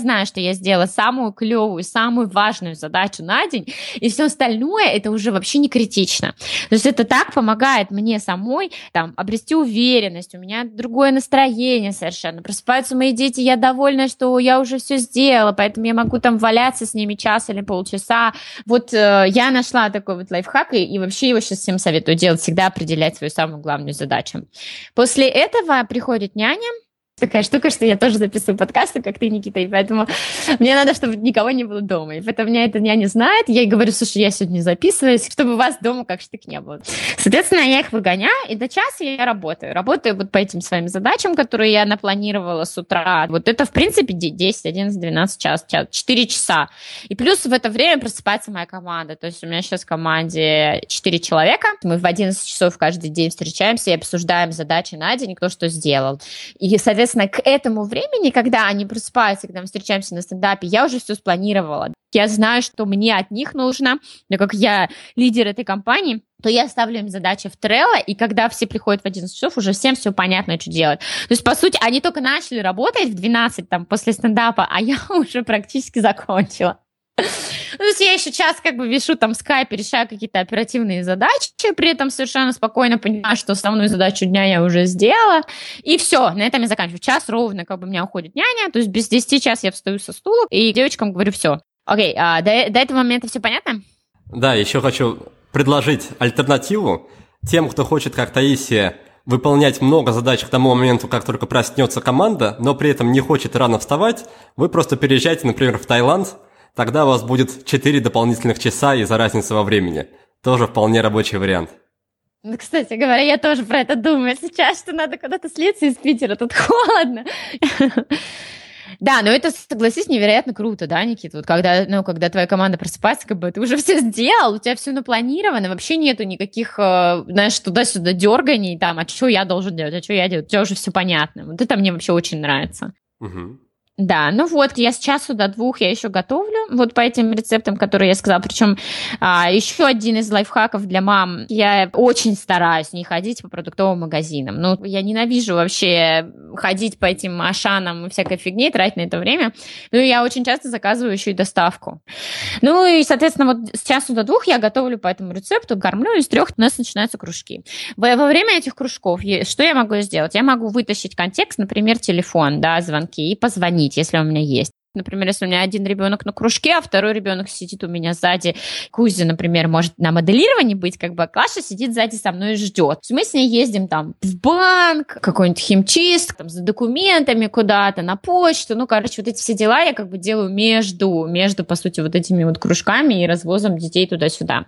знаю, что я сделала самую клевую, самую важную задачу на день, и все остальное это уже вообще не критично. То есть это так помогает мне самой там обрести уверенность, у меня другое настроение совершенно. Просыпаются мои дети, я довольна, что я уже все сделала, поэтому я могу там валяться с ними час или полчаса. Вот э, я нашла такой вот лайфхак, и, и вообще его сейчас всем советую делать, всегда определять свою самую главную задачу. После этого приходит няня. Такая штука, что я тоже записываю подкасты, как ты, Никита, и поэтому мне надо, чтобы никого не было дома. И поэтому меня это няня знает. Я ей говорю, слушай, я сегодня записываюсь, чтобы вас дома как штык не было. Соответственно, я их выгоняю, и до часа я работаю. Работаю вот по этим своим задачам, которые я напланировала с утра. Вот это, в принципе, десять, одиннадцать, двенадцать час, четыре часа. И плюс в это время просыпается моя команда. То есть у меня сейчас в команде четыре человека. Мы в одиннадцать часов каждый день встречаемся и обсуждаем задачи на день, кто что сделал. И, соответственно, Соответственно, к этому времени, когда они просыпаются, когда мы встречаемся на стендапе, я уже все спланировала. Я знаю, что мне от них нужно, но как я лидер этой компании, то я ставлю им задачи в Trello, и когда все приходят в одиннадцать часов, уже всем все понятно, что делать. То есть, по сути, они только начали работать в двенадцать, там, после стендапа, а я уже практически закончила. То есть я еще час как бы вешу там в скайпе, решаю какие-то оперативные задачи, при этом совершенно спокойно понимаю, что основную задачу дня я уже сделала, и все, на этом я заканчиваю. Час ровно как бы у меня уходит няня, то есть без десяти час я встаю со стула и девочкам говорю все. Окей, а до, до этого момента все понятно?
Да, еще хочу предложить альтернативу тем, кто хочет, как Таисия, выполнять много задач к тому моменту, как только проснется команда, но при этом не хочет рано вставать. Вы просто переезжайте, например, в Таиланд. Тогда у вас будет четыре дополнительных часа из-за разницы во времени. Тоже вполне рабочий вариант.
Ну, кстати говоря, я тоже про это думаю сейчас, что надо куда-то слиться из Питера, тут холодно. Да, но это, согласись, невероятно круто, да, Никита? Вот когда, ну, когда твоя команда просыпается, как бы ты уже все сделал, у тебя все напланировано, вообще нету никаких, э, знаешь, туда-сюда дерганий, там, а что я должен делать, а что я делаю, у тебя уже все понятно. Вот это мне вообще очень нравится.
Угу.
Да, ну вот, я с часу до двух я еще готовлю, вот по этим рецептам, которые я сказала. Причем а, еще один из лайфхаков для мам. Я очень стараюсь не ходить по продуктовым магазинам. Ну, я ненавижу вообще ходить по этим Ашанам и всякой фигне, тратить на это время. Ну, я очень часто заказываю еще и доставку. Ну, и, соответственно, вот с часу до двух я готовлю по этому рецепту, кормлю, и с трех у нас начинаются кружки. Во, во время этих кружков что я могу сделать? Я могу вытащить контекст, например, телефон, да, звонки, и позвонить, если у меня есть. Например, если у меня один ребенок на кружке, а второй ребенок сидит у меня сзади. Кузя, например, может на моделировании быть, как бы, а Клаша сидит сзади со мной и ждет. Мы с ней ездим там в банк, какой-нибудь химчистку, там, за документами куда-то, на почту. Ну, короче, вот эти все дела я как бы делаю между, между, по сути, вот этими вот кружками и развозом детей туда-сюда.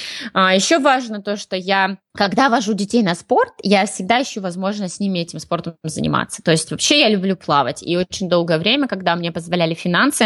А, еще важно то, что я, когда вожу детей на спорт, я всегда ищу возможность с ними этим спортом заниматься. То есть вообще я люблю плавать. И очень долгое время, когда мне позволяли финансы,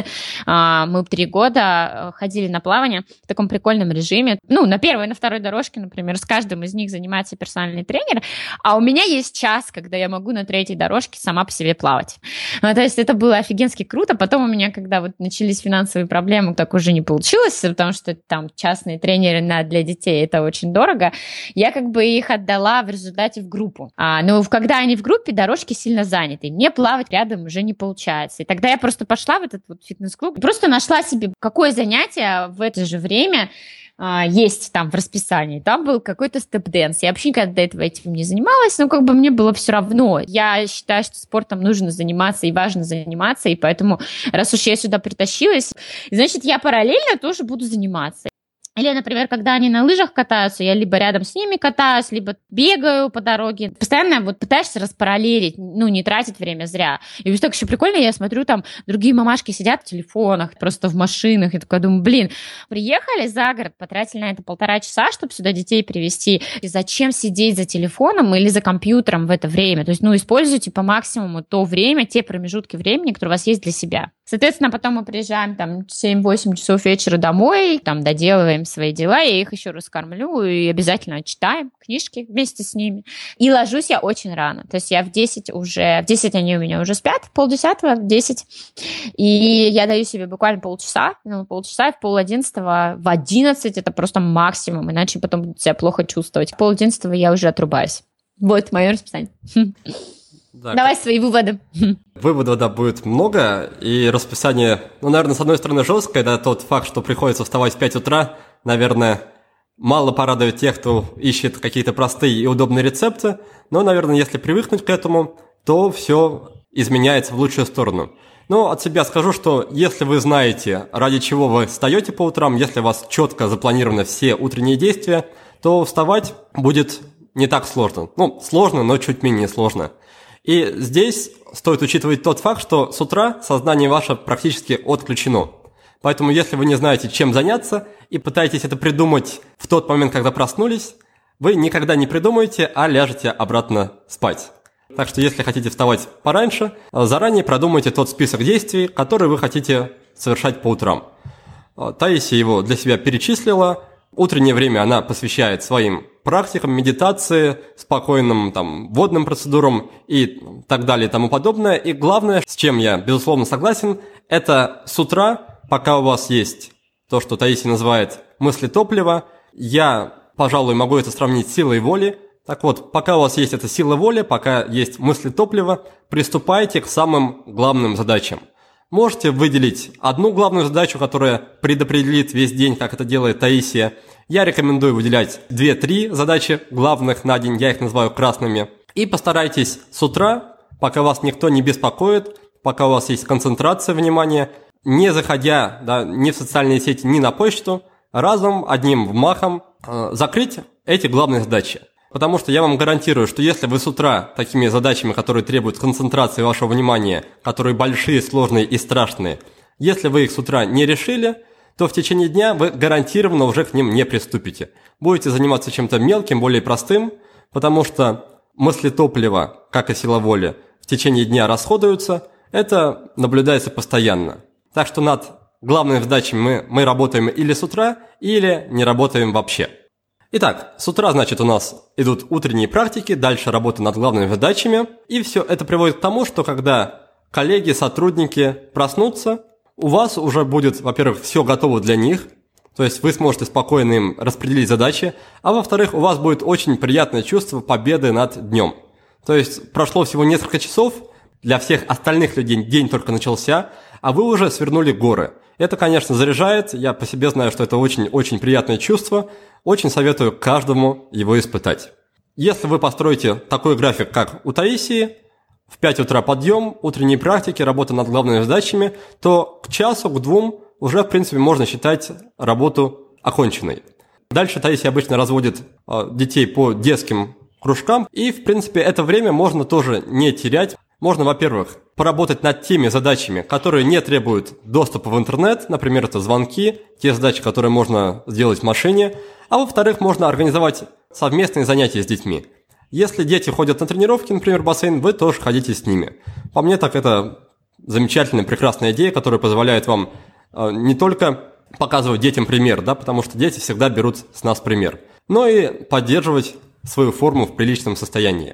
мы три года ходили на плавание в таком прикольном режиме. Ну, на первой и на второй дорожке, например, с каждым из них занимается персональный тренер, а у меня есть час, когда я могу на третьей дорожке сама по себе плавать. Ну, то есть это было офигенски круто. Потом у меня, когда вот начались финансовые проблемы, так уже не получилось, потому что там частные тренеры на, для детей, это очень дорого. Я как бы их отдала в результате в группу. А, но когда они в группе, дорожки сильно заняты. Мне плавать рядом уже не получается. И тогда я просто пошла в этот вот фитнес-клуб, просто нашла себе, какое занятие в это же время а, есть там в расписании. Там был какой-то степ-дэнс. Я вообще никогда до этого этим не занималась, но как бы мне было все равно. Я считаю, что спортом нужно заниматься и важно заниматься, и поэтому, раз уж я сюда притащилась, значит, я параллельно тоже буду заниматься. Или, например, когда они на лыжах катаются, я либо рядом с ними катаюсь, либо бегаю по дороге. Постоянно вот пытаешься распараллелить, ну, не тратить время зря. И вот так еще прикольно, я смотрю, там другие мамашки сидят в телефонах, просто в машинах. И такая думаю, блин, приехали за город, потратили на это полтора часа, чтобы сюда детей привезти. И зачем сидеть за телефоном или за компьютером в это время? То есть, ну, используйте по максимуму то время, те промежутки времени, которые у вас есть для себя. Соответственно, потом мы приезжаем там семь-восемь часов вечера домой, там доделываем свои дела, я их еще раз кормлю и обязательно читаем книжки вместе с ними. И ложусь я очень рано. То есть я в десять уже, в десять они у меня уже спят, в полдесятого, в десять. И я даю себе буквально полчаса, ну, полчаса, и в пол одиннадцатого, в одиннадцать это просто максимум, иначе потом буду себя плохо чувствовать. В пол одиннадцатого я уже отрубаюсь. Вот мое расписание.
Да,
Давай свои выводы.
Выводов, да, будет много, и расписание, ну, наверное, с одной стороны жесткое, да, тот факт, что приходится вставать в пять утра, наверное, мало порадует тех, кто ищет какие-то простые и удобные рецепты, но, наверное, если привыкнуть к этому, то все изменяется в лучшую сторону. Но от себя скажу, что если вы знаете, ради чего вы встаете по утрам, если у вас четко запланированы все утренние действия, то вставать будет не так сложно. Ну, сложно, но чуть менее сложно. И здесь стоит учитывать тот факт, что с утра сознание ваше практически отключено. Поэтому если вы не знаете, чем заняться, и пытаетесь это придумать в тот момент, когда проснулись, вы никогда не придумаете, а ляжете обратно спать. Так что если хотите вставать пораньше, заранее продумайте тот список действий, которые вы хотите совершать по утрам. Таисия его для себя перечислила. Утреннее время она посвящает своим практикам, медитации, спокойным там, водным процедурам и так далее и тому подобное. И главное, с чем я, безусловно, согласен, это с утра, пока у вас есть то, что Таисия называет мысли топлива, я, пожалуй, могу это сравнить с силой воли. Так вот, пока у вас есть эта сила воли, пока есть мысли топлива, приступайте к самым главным задачам. Можете выделить одну главную задачу, которая предопределит весь день, как это делает Таисия. Я рекомендую выделять две-три задачи главных на день, я их называю красными. И постарайтесь с утра, пока вас никто не беспокоит, пока у вас есть концентрация внимания, не заходя да, ни в социальные сети, ни на почту, разом, одним махом э, закрыть эти главные задачи. Потому что я вам гарантирую, что если вы с утра такими задачами, которые требуют концентрации вашего внимания, которые большие, сложные и страшные, если вы их с утра не решили, то в течение дня вы гарантированно уже к ним не приступите. Будете заниматься чем-то мелким, более простым, потому что мысли топлива, как и сила воли, в течение дня расходуются, это наблюдается постоянно. Так что над главными задачами мы, мы работаем или с утра, или не работаем вообще. Итак, с утра, значит, у нас идут утренние практики, дальше работа над главными задачами, и все это приводит к тому, что когда коллеги, сотрудники проснутся, у вас уже будет, во-первых, все готово для них, то есть вы сможете спокойно им распределить задачи, а во-вторых, у вас будет очень приятное чувство победы над днем. То есть прошло всего несколько часов, для всех остальных людей день только начался, а вы уже свернули горы. Это, конечно, заряжает, я по себе знаю, что это очень-очень приятное чувство, очень советую каждому его испытать. Если вы построите такой график, как у Таисии, в пять утра подъем, утренние практики, работа над главными задачами, то к часу, к двум уже, в принципе, можно считать работу оконченной. Дальше Таисия обычно разводит э, детей по детским кружкам, и, в принципе, это время можно тоже не терять. Можно, во-первых, поработать над теми задачами, которые не требуют доступа в интернет, например, это звонки, те задачи, которые можно сделать в машине, а во-вторых, можно организовать совместные занятия с детьми. Если дети ходят на тренировки, например, в бассейн, вы тоже ходите с ними. По мне, так это замечательная, прекрасная идея, которая позволяет вам э, не только показывать детям пример, да, потому что дети всегда берут с нас пример, но и поддерживать свою форму в приличном состоянии.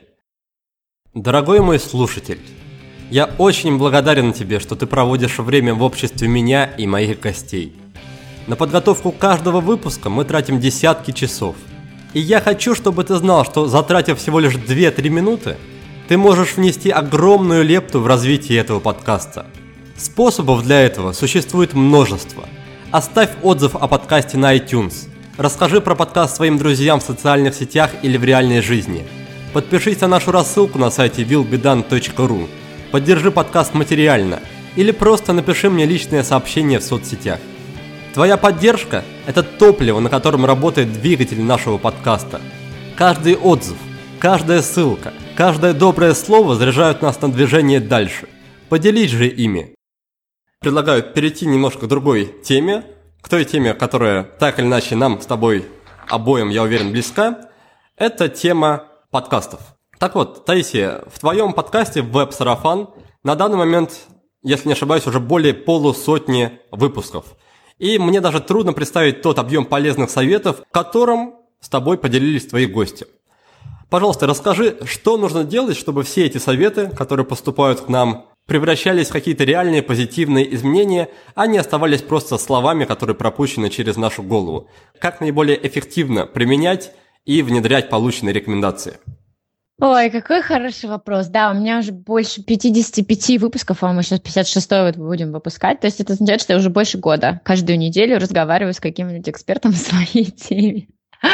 Дорогой мой слушатель, я очень благодарен тебе, что ты проводишь время в обществе меня и моих гостей. На подготовку каждого выпуска мы тратим десятки часов. И я хочу, чтобы ты знал, что затратив всего лишь две-три минуты, ты можешь внести огромную лепту в развитие этого подкаста. Способов для этого существует множество. Оставь отзыв о подкасте на iTunes. Расскажи про подкаст своим друзьям в социальных сетях или в реальной жизни. Подпишись на нашу рассылку на сайте вил би дан точка ру. Поддержи подкаст материально. Или просто напиши мне личное сообщение в соцсетях. Твоя поддержка – это топливо, на котором работает двигатель нашего подкаста. Каждый отзыв, каждая ссылка, каждое доброе слово заряжают нас на движение дальше. Поделись же ими. Предлагаю перейти немножко к другой теме, к той теме, которая так или иначе нам с тобой обоим, я уверен, близка. Это тема подкастов. Так вот, Таисия, в твоем подкасте «Веб-сарафан» на данный момент, если не ошибаюсь, уже более полусотни выпусков. И мне даже трудно представить тот объем полезных советов, которым с тобой поделились твои гости. Пожалуйста, расскажи, что нужно делать, чтобы все эти советы, которые поступают к нам, превращались в какие-то реальные позитивные изменения, а не оставались просто словами, которые пропущены через нашу голову. Как наиболее эффективно применять и внедрять полученные рекомендации?
Ой, какой хороший вопрос. Да, у меня уже больше пятьдесят пять выпусков, а мы сейчас пятьдесят шестой вот будем выпускать. То есть это означает, что я уже больше года каждую неделю разговариваю с каким-нибудь экспертом в своей теме.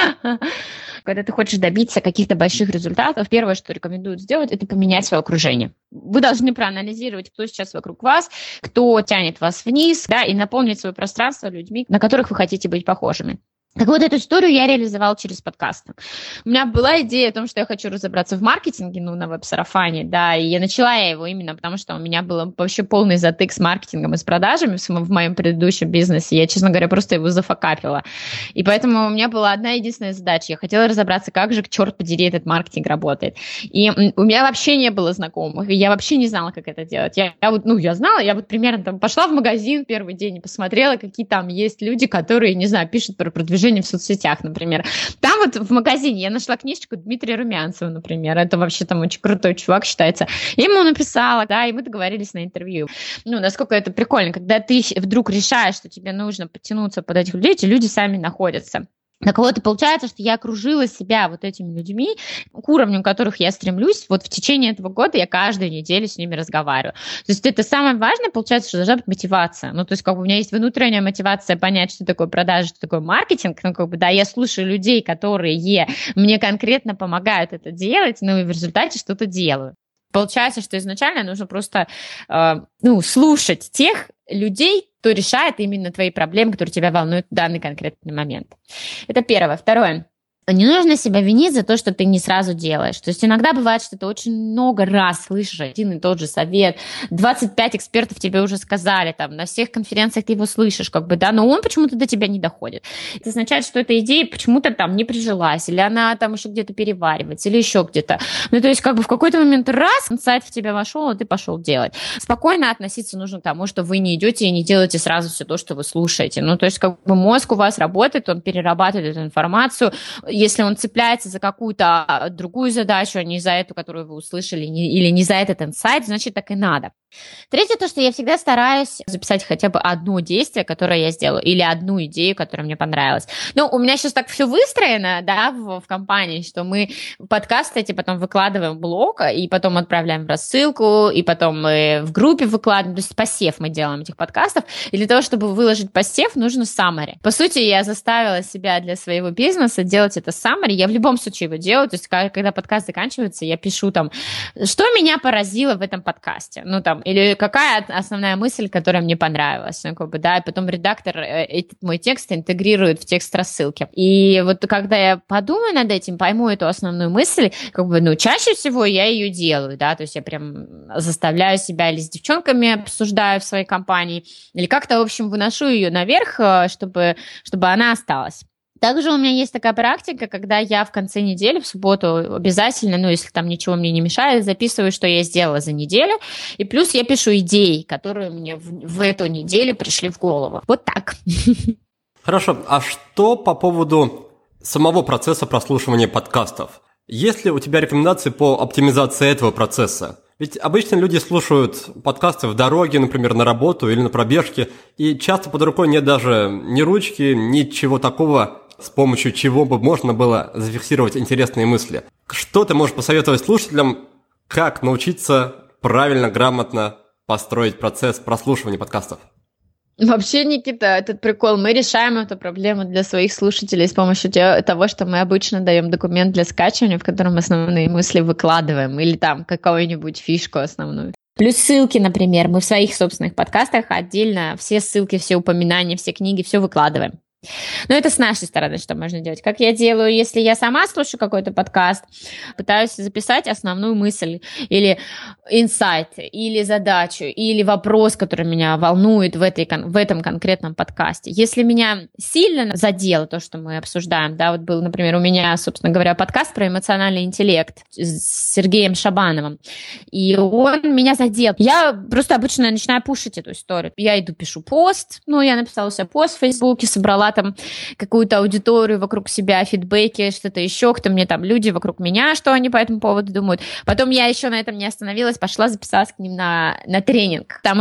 Когда ты хочешь добиться каких-то больших результатов, первое, что рекомендуют сделать, это поменять свое окружение. Вы должны проанализировать, кто сейчас вокруг вас, кто тянет вас вниз, да, и наполнить свое пространство людьми, на которых вы хотите быть похожими. Так вот, эту историю я реализовала через подкасты. У меня была идея о том, что я хочу разобраться в маркетинге, ну, на веб-сарафане, да, и я начала я его именно потому, что у меня был вообще полный затык с маркетингом и с продажами в, в моем предыдущем бизнесе. Я, честно говоря, просто его зафакапила. И поэтому у меня была одна единственная задача. Я хотела разобраться, как же, черт подери, этот маркетинг работает. И у меня вообще не было знакомых, и я вообще не знала, как это делать. Я, я вот, ну, я знала, я вот примерно там пошла в магазин первый день и посмотрела, какие там есть люди, которые, не знаю, пишут про продвижение в соцсетях, например. Там вот в магазине я нашла книжечку Дмитрия Румянцева, например. Это вообще там очень крутой чувак считается. Я ему написала, да, и мы договорились на интервью. Ну, насколько это прикольно, когда ты вдруг решаешь, что тебе нужно подтянуться под этих людей, эти люди сами находятся. Так вот, и получается, что я окружила себя вот этими людьми, к уровню которых я стремлюсь. Вот в течение этого года я каждую неделю с ними разговариваю. То есть это самое важное, получается, что должна быть мотивация. Ну, то есть как бы у меня есть внутренняя мотивация понять, что такое продажа, что такое маркетинг. Ну, как бы, да, я слушаю людей, которые мне конкретно помогают это делать, ну, и в результате что-то делаю. Получается, что изначально нужно просто э, ну, слушать тех людей, кто решает именно твои проблемы, которые тебя волнуют в данный конкретный момент. Это первое. Второе. Не нужно себя винить за то, что ты не сразу делаешь. То есть иногда бывает, что ты очень много раз слышишь один и тот же совет, двадцать пять экспертов тебе уже сказали, там, на всех конференциях ты его слышишь, как бы, да, но он почему-то до тебя не доходит. Это означает, что эта идея почему-то там не прижилась, или она там еще где-то переваривается, или еще где-то. Ну, то есть как бы в какой-то момент раз инсайт в тебя вошел, и ты пошел делать. Спокойно относиться нужно к тому, что вы не идете и не делаете сразу все то, что вы слушаете. Ну, то есть как бы мозг у вас работает, он перерабатывает эту информацию. Если он цепляется за какую-то другую задачу, а не за эту, которую вы услышали, не, или не за этот инсайт, значит, так и надо. Третье, то, что я всегда стараюсь записать хотя бы одно действие, которое я сделаю, или одну идею, которая мне понравилась. Ну, у меня сейчас так все выстроено, да, в, в компании, что мы подкасты эти потом выкладываем в блог, и потом отправляем в рассылку, и потом мы в группе выкладываем, то есть посев мы делаем этих подкастов, и для того, чтобы выложить посев, нужно summary. По сути, я заставила себя для своего бизнеса делать это summary, я в любом случае его делаю, то есть когда подкаст заканчивается, я пишу там, что меня поразило в этом подкасте, ну там, или какая основная мысль, которая мне понравилась, ну, как бы, да, и потом редактор этот мой текст интегрирует в текст рассылки. И вот когда я подумаю над этим, пойму эту основную мысль, как бы, ну, чаще всего я ее делаю, да, то есть я прям заставляю себя или с девчонками обсуждаю в своей компании, или как-то, в общем, выношу ее наверх, чтобы, чтобы она осталась. Также у меня есть такая практика, когда я в конце недели, в субботу обязательно, ну, если там ничего мне не мешает, записываю, что я сделала за неделю, и плюс я пишу идеи, которые мне в, в эту неделю пришли в голову. Вот так.
Хорошо, а что по поводу самого процесса прослушивания подкастов? Есть ли у тебя рекомендации по оптимизации этого процесса? Ведь обычно люди слушают подкасты в дороге, например, на работу или на пробежке, и часто под рукой нет даже ни ручки, ничего такого, с помощью чего бы можно было зафиксировать интересные мысли. Что ты можешь посоветовать слушателям, как научиться правильно, грамотно построить процесс прослушивания подкастов?
Вообще, Никита, этот прикол. Мы решаем эту проблему для своих слушателей с помощью того, что мы обычно даем документ для скачивания, в котором основные мысли выкладываем, или там какую-нибудь фишку основную. Плюс ссылки, например. Мы в своих собственных подкастах отдельно все ссылки, все упоминания, все книги, все выкладываем. Но это с нашей стороны, что можно делать. Как я делаю, если я сама слушаю какой-то подкаст, пытаюсь записать основную мысль или инсайт, или задачу, или вопрос, который меня волнует в, этой, в этом конкретном подкасте. Если меня сильно задело то, что мы обсуждаем, да, вот был, например, у меня, собственно говоря, подкаст про эмоциональный интеллект с Сергеем Шабановым, и он меня задел. Я просто обычно начинаю пушить эту историю. Я иду, пишу пост, ну, я написала себе пост в Фейсбуке, собрала там какую-то аудиторию вокруг себя, фидбэки, что-то еще, кто мне там, люди вокруг меня, что они по этому поводу думают. Потом я еще на этом не остановилась, пошла, записалась к ним на, на тренинг, потому что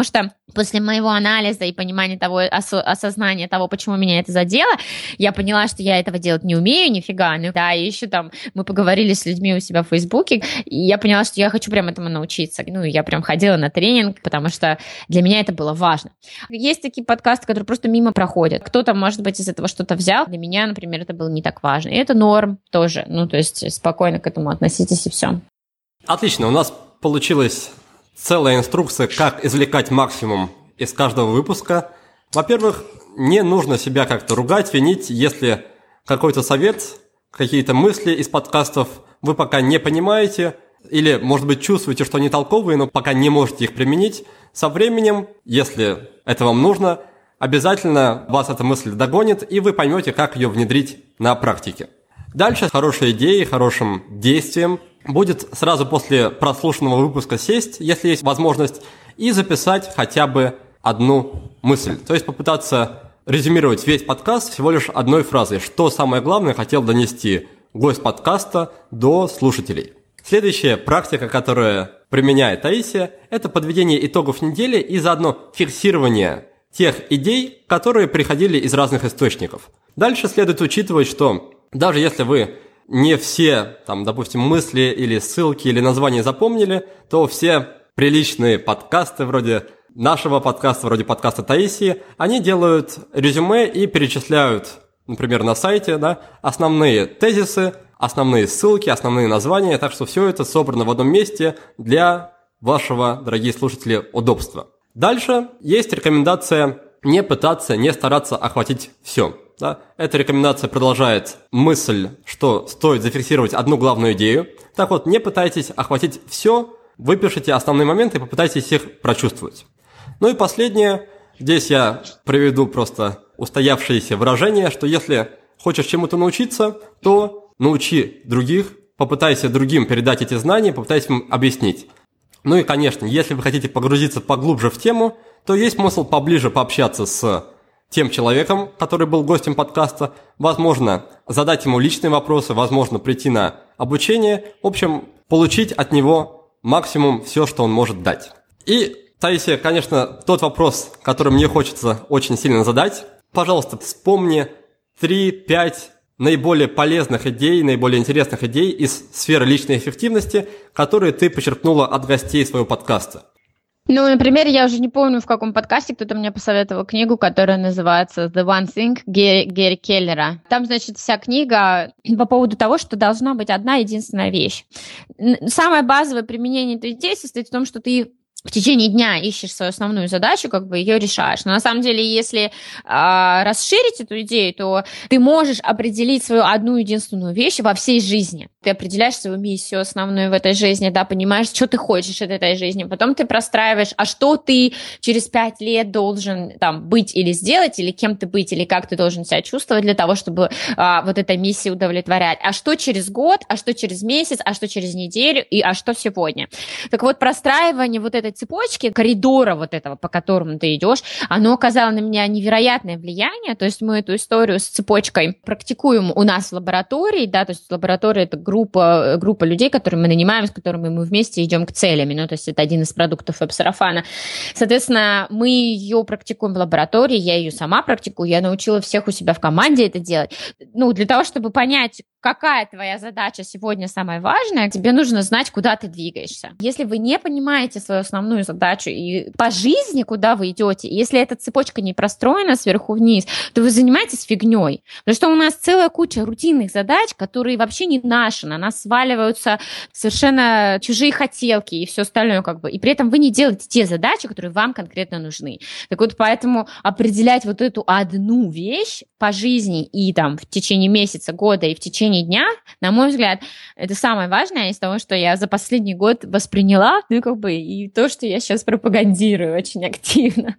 после моего анализа и понимания того, осо- осознания того, почему меня это задело, я поняла, что я этого делать не умею нифига, ну, да, и еще там мы поговорили с людьми у себя в Фейсбуке, и я поняла, что я хочу прям этому научиться, ну, я прям ходила на тренинг, потому что для меня это было важно. Есть такие подкасты, которые просто мимо проходят, кто-то, может быть, из этого что-то взял, для меня, например, это было не так важно, и это норм тоже, ну, то есть спокойно к этому относитесь и все.
Отлично, у нас получилось целая инструкция, как извлекать максимум из каждого выпуска. Во-первых, не нужно себя как-то ругать, винить, если какой-то совет, какие-то мысли из подкастов вы пока не понимаете или, может быть, чувствуете, что они толковые, но пока не можете их применить. Со временем, если это вам нужно, обязательно вас эта мысль догонит, и вы поймете, как ее внедрить на практике. Дальше хорошей идеей, хорошим действием будет сразу после прослушанного выпуска сесть, если есть возможность, и записать хотя бы одну мысль. То есть попытаться резюмировать весь подкаст всего лишь одной фразой, что самое главное хотел донести гость подкаста до слушателей. Следующая практика, которую применяет Таисия, это подведение итогов недели и заодно фиксирование тех идей, которые приходили из разных источников. Дальше следует учитывать, что даже если вы не все, там, допустим, мысли или ссылки или названия запомнили, то все приличные подкасты вроде нашего подкаста, вроде подкаста Таисии, они делают резюме и перечисляют, например, на сайте, да, основные тезисы, основные ссылки, основные названия, так что все это собрано в одном месте для вашего, дорогие слушатели, удобства. Дальше есть рекомендация не пытаться, не стараться охватить все. Да? Эта рекомендация продолжает мысль, что стоит зафиксировать одну главную идею. Так вот, не пытайтесь охватить все, выпишите основные моменты и попытайтесь их прочувствовать. Ну и последнее, здесь я приведу просто устоявшееся выражение, что если хочешь чему-то научиться, то научи других, попытайся другим передать эти знания, попытайся им объяснить. Ну и, конечно, если вы хотите погрузиться поглубже в тему, то есть смысл поближе пообщаться с тем человеком, который был гостем подкаста, возможно, задать ему личные вопросы, возможно, прийти на обучение, в общем, получить от него максимум все, что он может дать. И, Таисия, конечно, тот вопрос, который мне хочется очень сильно задать. Пожалуйста, вспомни три-пять наиболее полезных идей, наиболее интересных идей из сферы личной эффективности, которые ты почерпнула от гостей своего подкаста.
Ну, например, я уже не помню, в каком подкасте кто-то мне посоветовал книгу, которая называется «The One Thing» Гэри, Гэри Келлера. Там, значит, вся книга по поводу того, что должна быть одна единственная вещь. Самое базовое применение этой идеи состоит в том, что ты в течение дня ищешь свою основную задачу, как бы ее решаешь. Но на самом деле, если э, расширить эту идею, то ты можешь определить свою одну единственную вещь во всей жизни. Ты определяешь свою миссию основную в этой жизни, да, понимаешь, что ты хочешь от этой жизни. Потом ты простраиваешь, а что ты через пять лет должен там быть или сделать, или кем ты быть, или как ты должен себя чувствовать для того, чтобы э, вот этой миссии удовлетворять. А что через год, а что через месяц, а что через неделю, и а что сегодня. Так вот, простраивание вот этой цепочки, коридора вот этого, по которому ты идешь, оно оказало на меня невероятное влияние, то есть мы эту историю с цепочкой практикуем у нас в лаборатории, да, то есть лаборатория — это группа, группа людей, которые мы нанимаем, с которыми мы вместе идем к целям, ну, то есть это один из продуктов веб-сарафана. Соответственно, мы ее практикуем в лаборатории, я ее сама практикую, я научила всех у себя в команде это делать, ну, для того, чтобы понять, какая твоя задача сегодня самая важная, тебе нужно знать, куда ты двигаешься. Если вы не понимаете свою основную задачу и по жизни, куда вы идете, если эта цепочка не простроена сверху вниз, то вы занимаетесь фигней. Потому что у нас целая куча рутинных задач, которые вообще не наши, на нас сваливаются совершенно чужие хотелки и все остальное, как бы. И при этом вы не делаете те задачи, которые вам конкретно нужны. Так вот, поэтому определять вот эту одну вещь по жизни и там в течение месяца, года и в течение дня, на мой взгляд, это самое важное из того, что я за последний год восприняла, ну, как бы, и то, что я сейчас пропагандирую очень активно.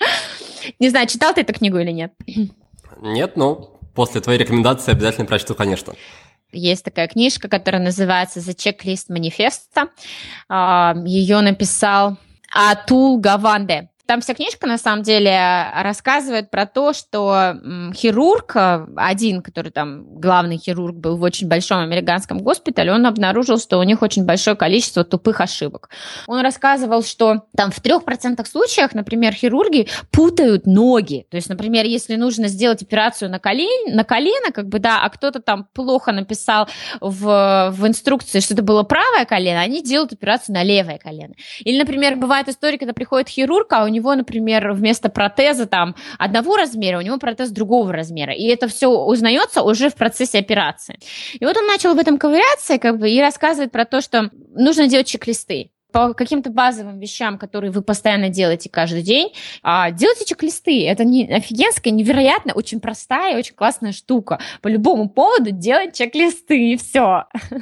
Не знаю, читал ты эту книгу или нет?
Нет, но после твоей рекомендации обязательно прочту, конечно.
Есть такая книжка, которая называется «The Checklist Manifesto». Ее написал Атул Гаванде. Там вся книжка, на самом деле, рассказывает про то, что хирург, один, который там главный хирург был в очень большом американском госпитале, он обнаружил, что у них очень большое количество тупых ошибок. Он рассказывал, что там в трех процентах случаев, например, хирурги путают ноги. То есть, например, если нужно сделать операцию на колено, на колено, как бы, да, а кто-то там плохо написал в, в инструкции, что это было правое колено, они делают операцию на левое колено. Или, например, бывает история, когда приходит хирург, а у него, например, вместо протеза там одного размера, у него протез другого размера. И это все узнается уже в процессе операции. И вот он начал в этом ковыряться, как бы, и рассказывает про то, что нужно делать чек-листы. По каким-то базовым вещам, которые вы постоянно делаете каждый день, а, делайте чек-листы. Это не, офигенская, невероятно, очень простая, очень классная штука. По любому поводу делать чек-листы, и все.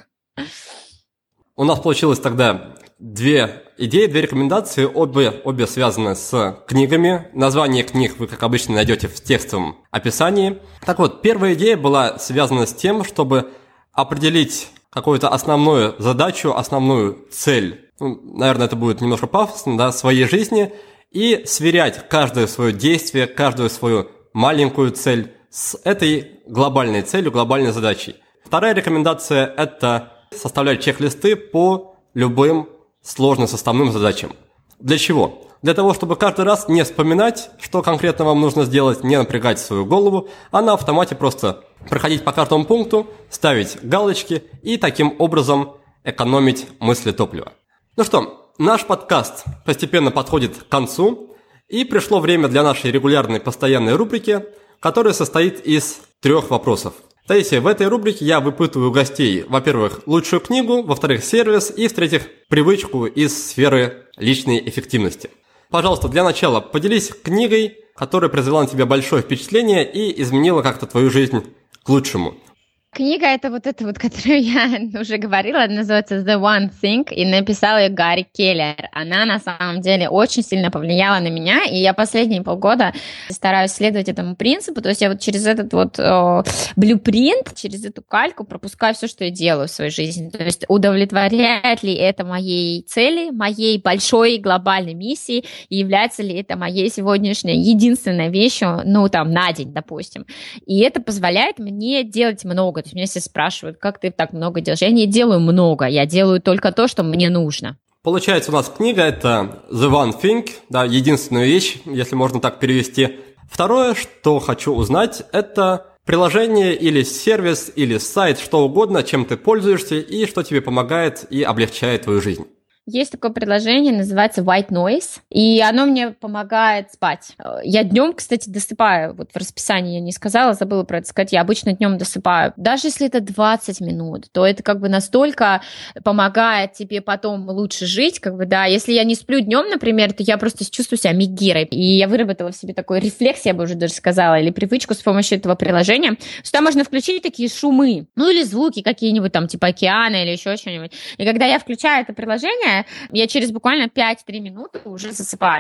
У нас получилось тогда две идеи, две рекомендации, обе, обе связаны с книгами. Название книг вы, как обычно, найдете в текстовом описании. Так вот, первая идея была связана с тем, чтобы определить какую-то основную задачу, основную цель, ну, наверное, это будет немножко пафосно, да, своей жизни, и сверять каждое свое действие, каждую свою маленькую цель с этой глобальной целью, глобальной задачей. Вторая рекомендация – это составлять чек-листы по любым сложным составным задачам. Для чего? Для того, чтобы каждый раз не вспоминать, что конкретно вам нужно сделать, не напрягать свою голову, а на автомате просто проходить по каждому пункту, ставить галочки и таким образом экономить мысли топлива. Ну что, наш подкаст постепенно подходит к концу, и пришло время для нашей регулярной постоянной рубрики, которая состоит из трех вопросов. То есть в этой рубрике я выпытываю у гостей, во-первых, лучшую книгу, во-вторых, сервис и, в-третьих, привычку из сферы личной эффективности. Пожалуйста, для начала поделись книгой, которая произвела на тебя большое впечатление и изменила как-то твою жизнь к лучшему.
Книга это вот эта вот, которую я уже говорила, называется The One Thing, и написал ее Гарри Келлер. Она на самом деле очень сильно повлияла на меня, и я последние полгода стараюсь следовать этому принципу, то есть я вот через этот вот о, блюпринт, через эту кальку пропускаю все, что я делаю в своей жизни. То есть удовлетворяет ли это моей цели, моей большой глобальной миссии, и является ли это моей сегодняшней единственной вещью, ну там на день, допустим. И это позволяет мне делать много. То есть меня все спрашивают, как ты так много делаешь? Я не делаю много, я делаю только то, что мне нужно.
Получается, у нас книга – это The One Thing, да, единственная вещь, если можно так перевести. Второе, что хочу узнать, это приложение или сервис, или сайт, что угодно, чем ты пользуешься и что тебе помогает и облегчает твою жизнь.
Есть такое приложение, называется White Noise, и оно мне помогает спать. Я днем, кстати, досыпаю, вот в расписании я не сказала, забыла про это сказать, я обычно днем досыпаю. Даже если это двадцать минут, то это как бы настолько помогает тебе потом лучше жить, как бы, да. Если я не сплю днем, например, то я просто чувствую себя мегирой, и я выработала в себе такой рефлекс, я бы уже даже сказала, или привычку с помощью этого приложения, что там можно включить такие шумы, ну или звуки какие-нибудь там, типа океана или еще что-нибудь. И когда я включаю это приложение, я через буквально пять-три минуты уже засыпаю.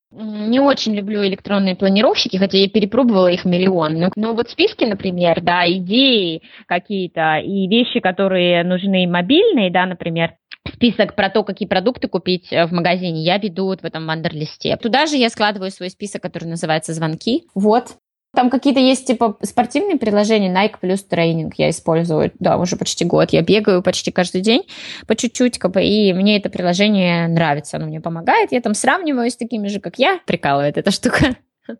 Не очень люблю электронные планировщики, хотя я перепробовала их миллион. Но, но вот списки, например, да, идеи какие-то и вещи, которые нужны мобильные, да, например, список про то, какие продукты купить в магазине, я веду вот в этом вандерлисте. Туда же я складываю свой список, который называется «Звонки». Вот. Там какие-то есть, типа, спортивные приложения, Nike плюс тренинг я использую, да, уже почти год. Я бегаю почти каждый день по чуть-чуть, как бы, и мне это приложение нравится, оно мне помогает. Я там сравниваю с такими же, как я, прикалывает эта штука.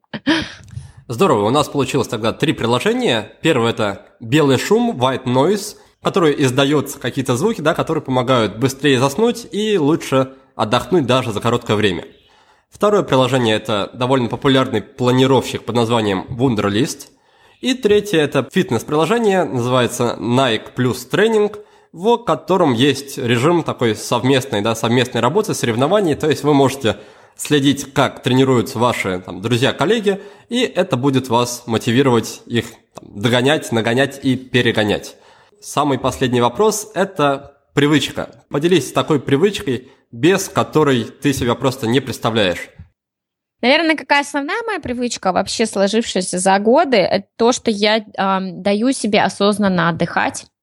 Здорово, у нас получилось тогда три приложения. Первое – это белый шум, White Noise, который издает какие-то звуки, да, которые помогают быстрее заснуть и лучше отдохнуть даже за короткое время. Второе приложение – это довольно популярный планировщик под названием Wunderlist. И третье – это фитнес-приложение, называется Nike плюс тренинг, в котором есть режим такой совместной, да, совместной работы, соревнований. То есть вы можете следить, как тренируются ваши там, друзья-коллеги, и это будет вас мотивировать их там, догонять, нагонять и перегонять. Самый последний вопрос – это привычка. Поделись такой привычкой, без которой ты себя просто не представляешь.
Наверное, какая основная моя привычка, вообще сложившаяся за годы, это то, что я э, даю себе осознанно отдыхать.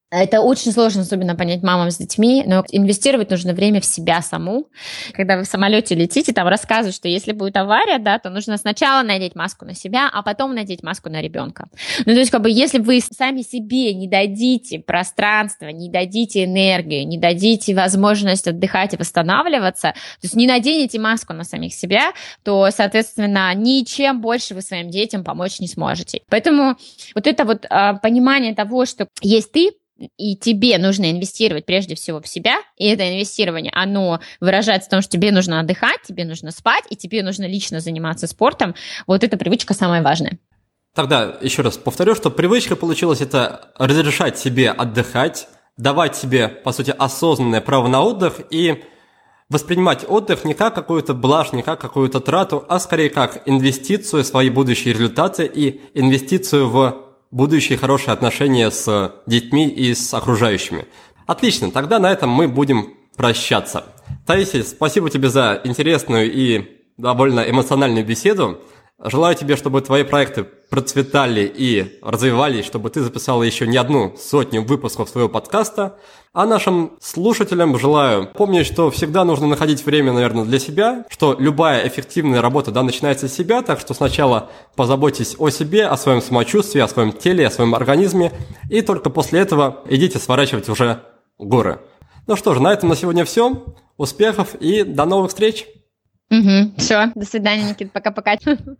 Это очень сложно, особенно понять мамам с детьми, но инвестировать нужно время в себя саму. Когда вы в самолете летите, там рассказывают, что если будет авария, да, то нужно сначала надеть маску на себя, а потом надеть маску на ребенка. Ну, то есть, как бы, если вы сами себе не дадите пространство, не дадите энергию, не дадите возможность отдыхать и восстанавливаться, то есть не наденете маску на самих себя, то, соответственно, ничем больше вы своим детям помочь не сможете. Поэтому вот это вот а, понимание того, что есть ты, и тебе нужно инвестировать прежде всего в себя, и это инвестирование, оно выражается в том, что тебе нужно отдыхать, тебе нужно спать, и тебе нужно лично заниматься спортом. Вот эта привычка самая важная.
Тогда еще раз повторю, что привычка получилась это разрешать себе отдыхать, давать себе, по сути, осознанное право на отдых и воспринимать отдых не как какую-то блажь, не как какую-то трату, а скорее как инвестицию в свои будущие результаты и инвестицию в будущие хорошие отношения с детьми и с окружающими. Отлично, тогда на этом мы будем прощаться. Таисия, спасибо тебе за интересную и довольно эмоциональную беседу. Желаю тебе, чтобы твои проекты процветали и развивались, чтобы ты записала еще не одну сотню выпусков своего подкаста. А нашим слушателям желаю помнить, что всегда нужно находить время, наверное, для себя, что любая эффективная работа, да, начинается с себя, так что сначала позаботьтесь о себе, о своем самочувствии, о своем теле, о своем организме, и только после этого идите сворачивать уже горы. Ну что ж, на этом на сегодня все. Успехов и до новых встреч!
Угу, все, до свидания, Никит, пока-пока.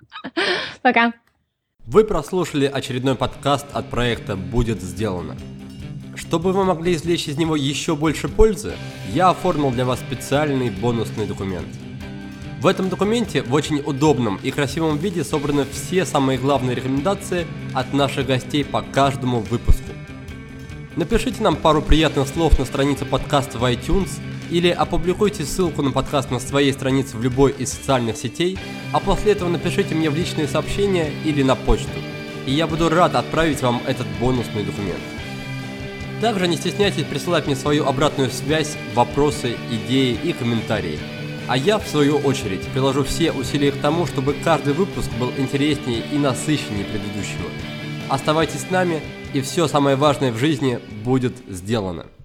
Пока.
Вы прослушали очередной подкаст от проекта «Будет сделано». Чтобы вы могли извлечь из него еще больше пользы, я оформил для вас специальный бонусный документ. В этом документе в очень удобном и красивом виде собраны все самые главные рекомендации от наших гостей по каждому выпуску. Напишите нам пару приятных слов на странице подкаста в iTunes или опубликуйте ссылку на подкаст на своей странице в любой из социальных сетей, а после этого напишите мне в личные сообщения или на почту, и я буду рад отправить вам этот бонусный документ. Также не стесняйтесь присылать мне свою обратную связь, вопросы, идеи и комментарии. А я, в свою очередь, приложу все усилия к тому, чтобы каждый выпуск был интереснее и насыщеннее предыдущего. Оставайтесь с нами, и все самое важное в жизни будет сделано.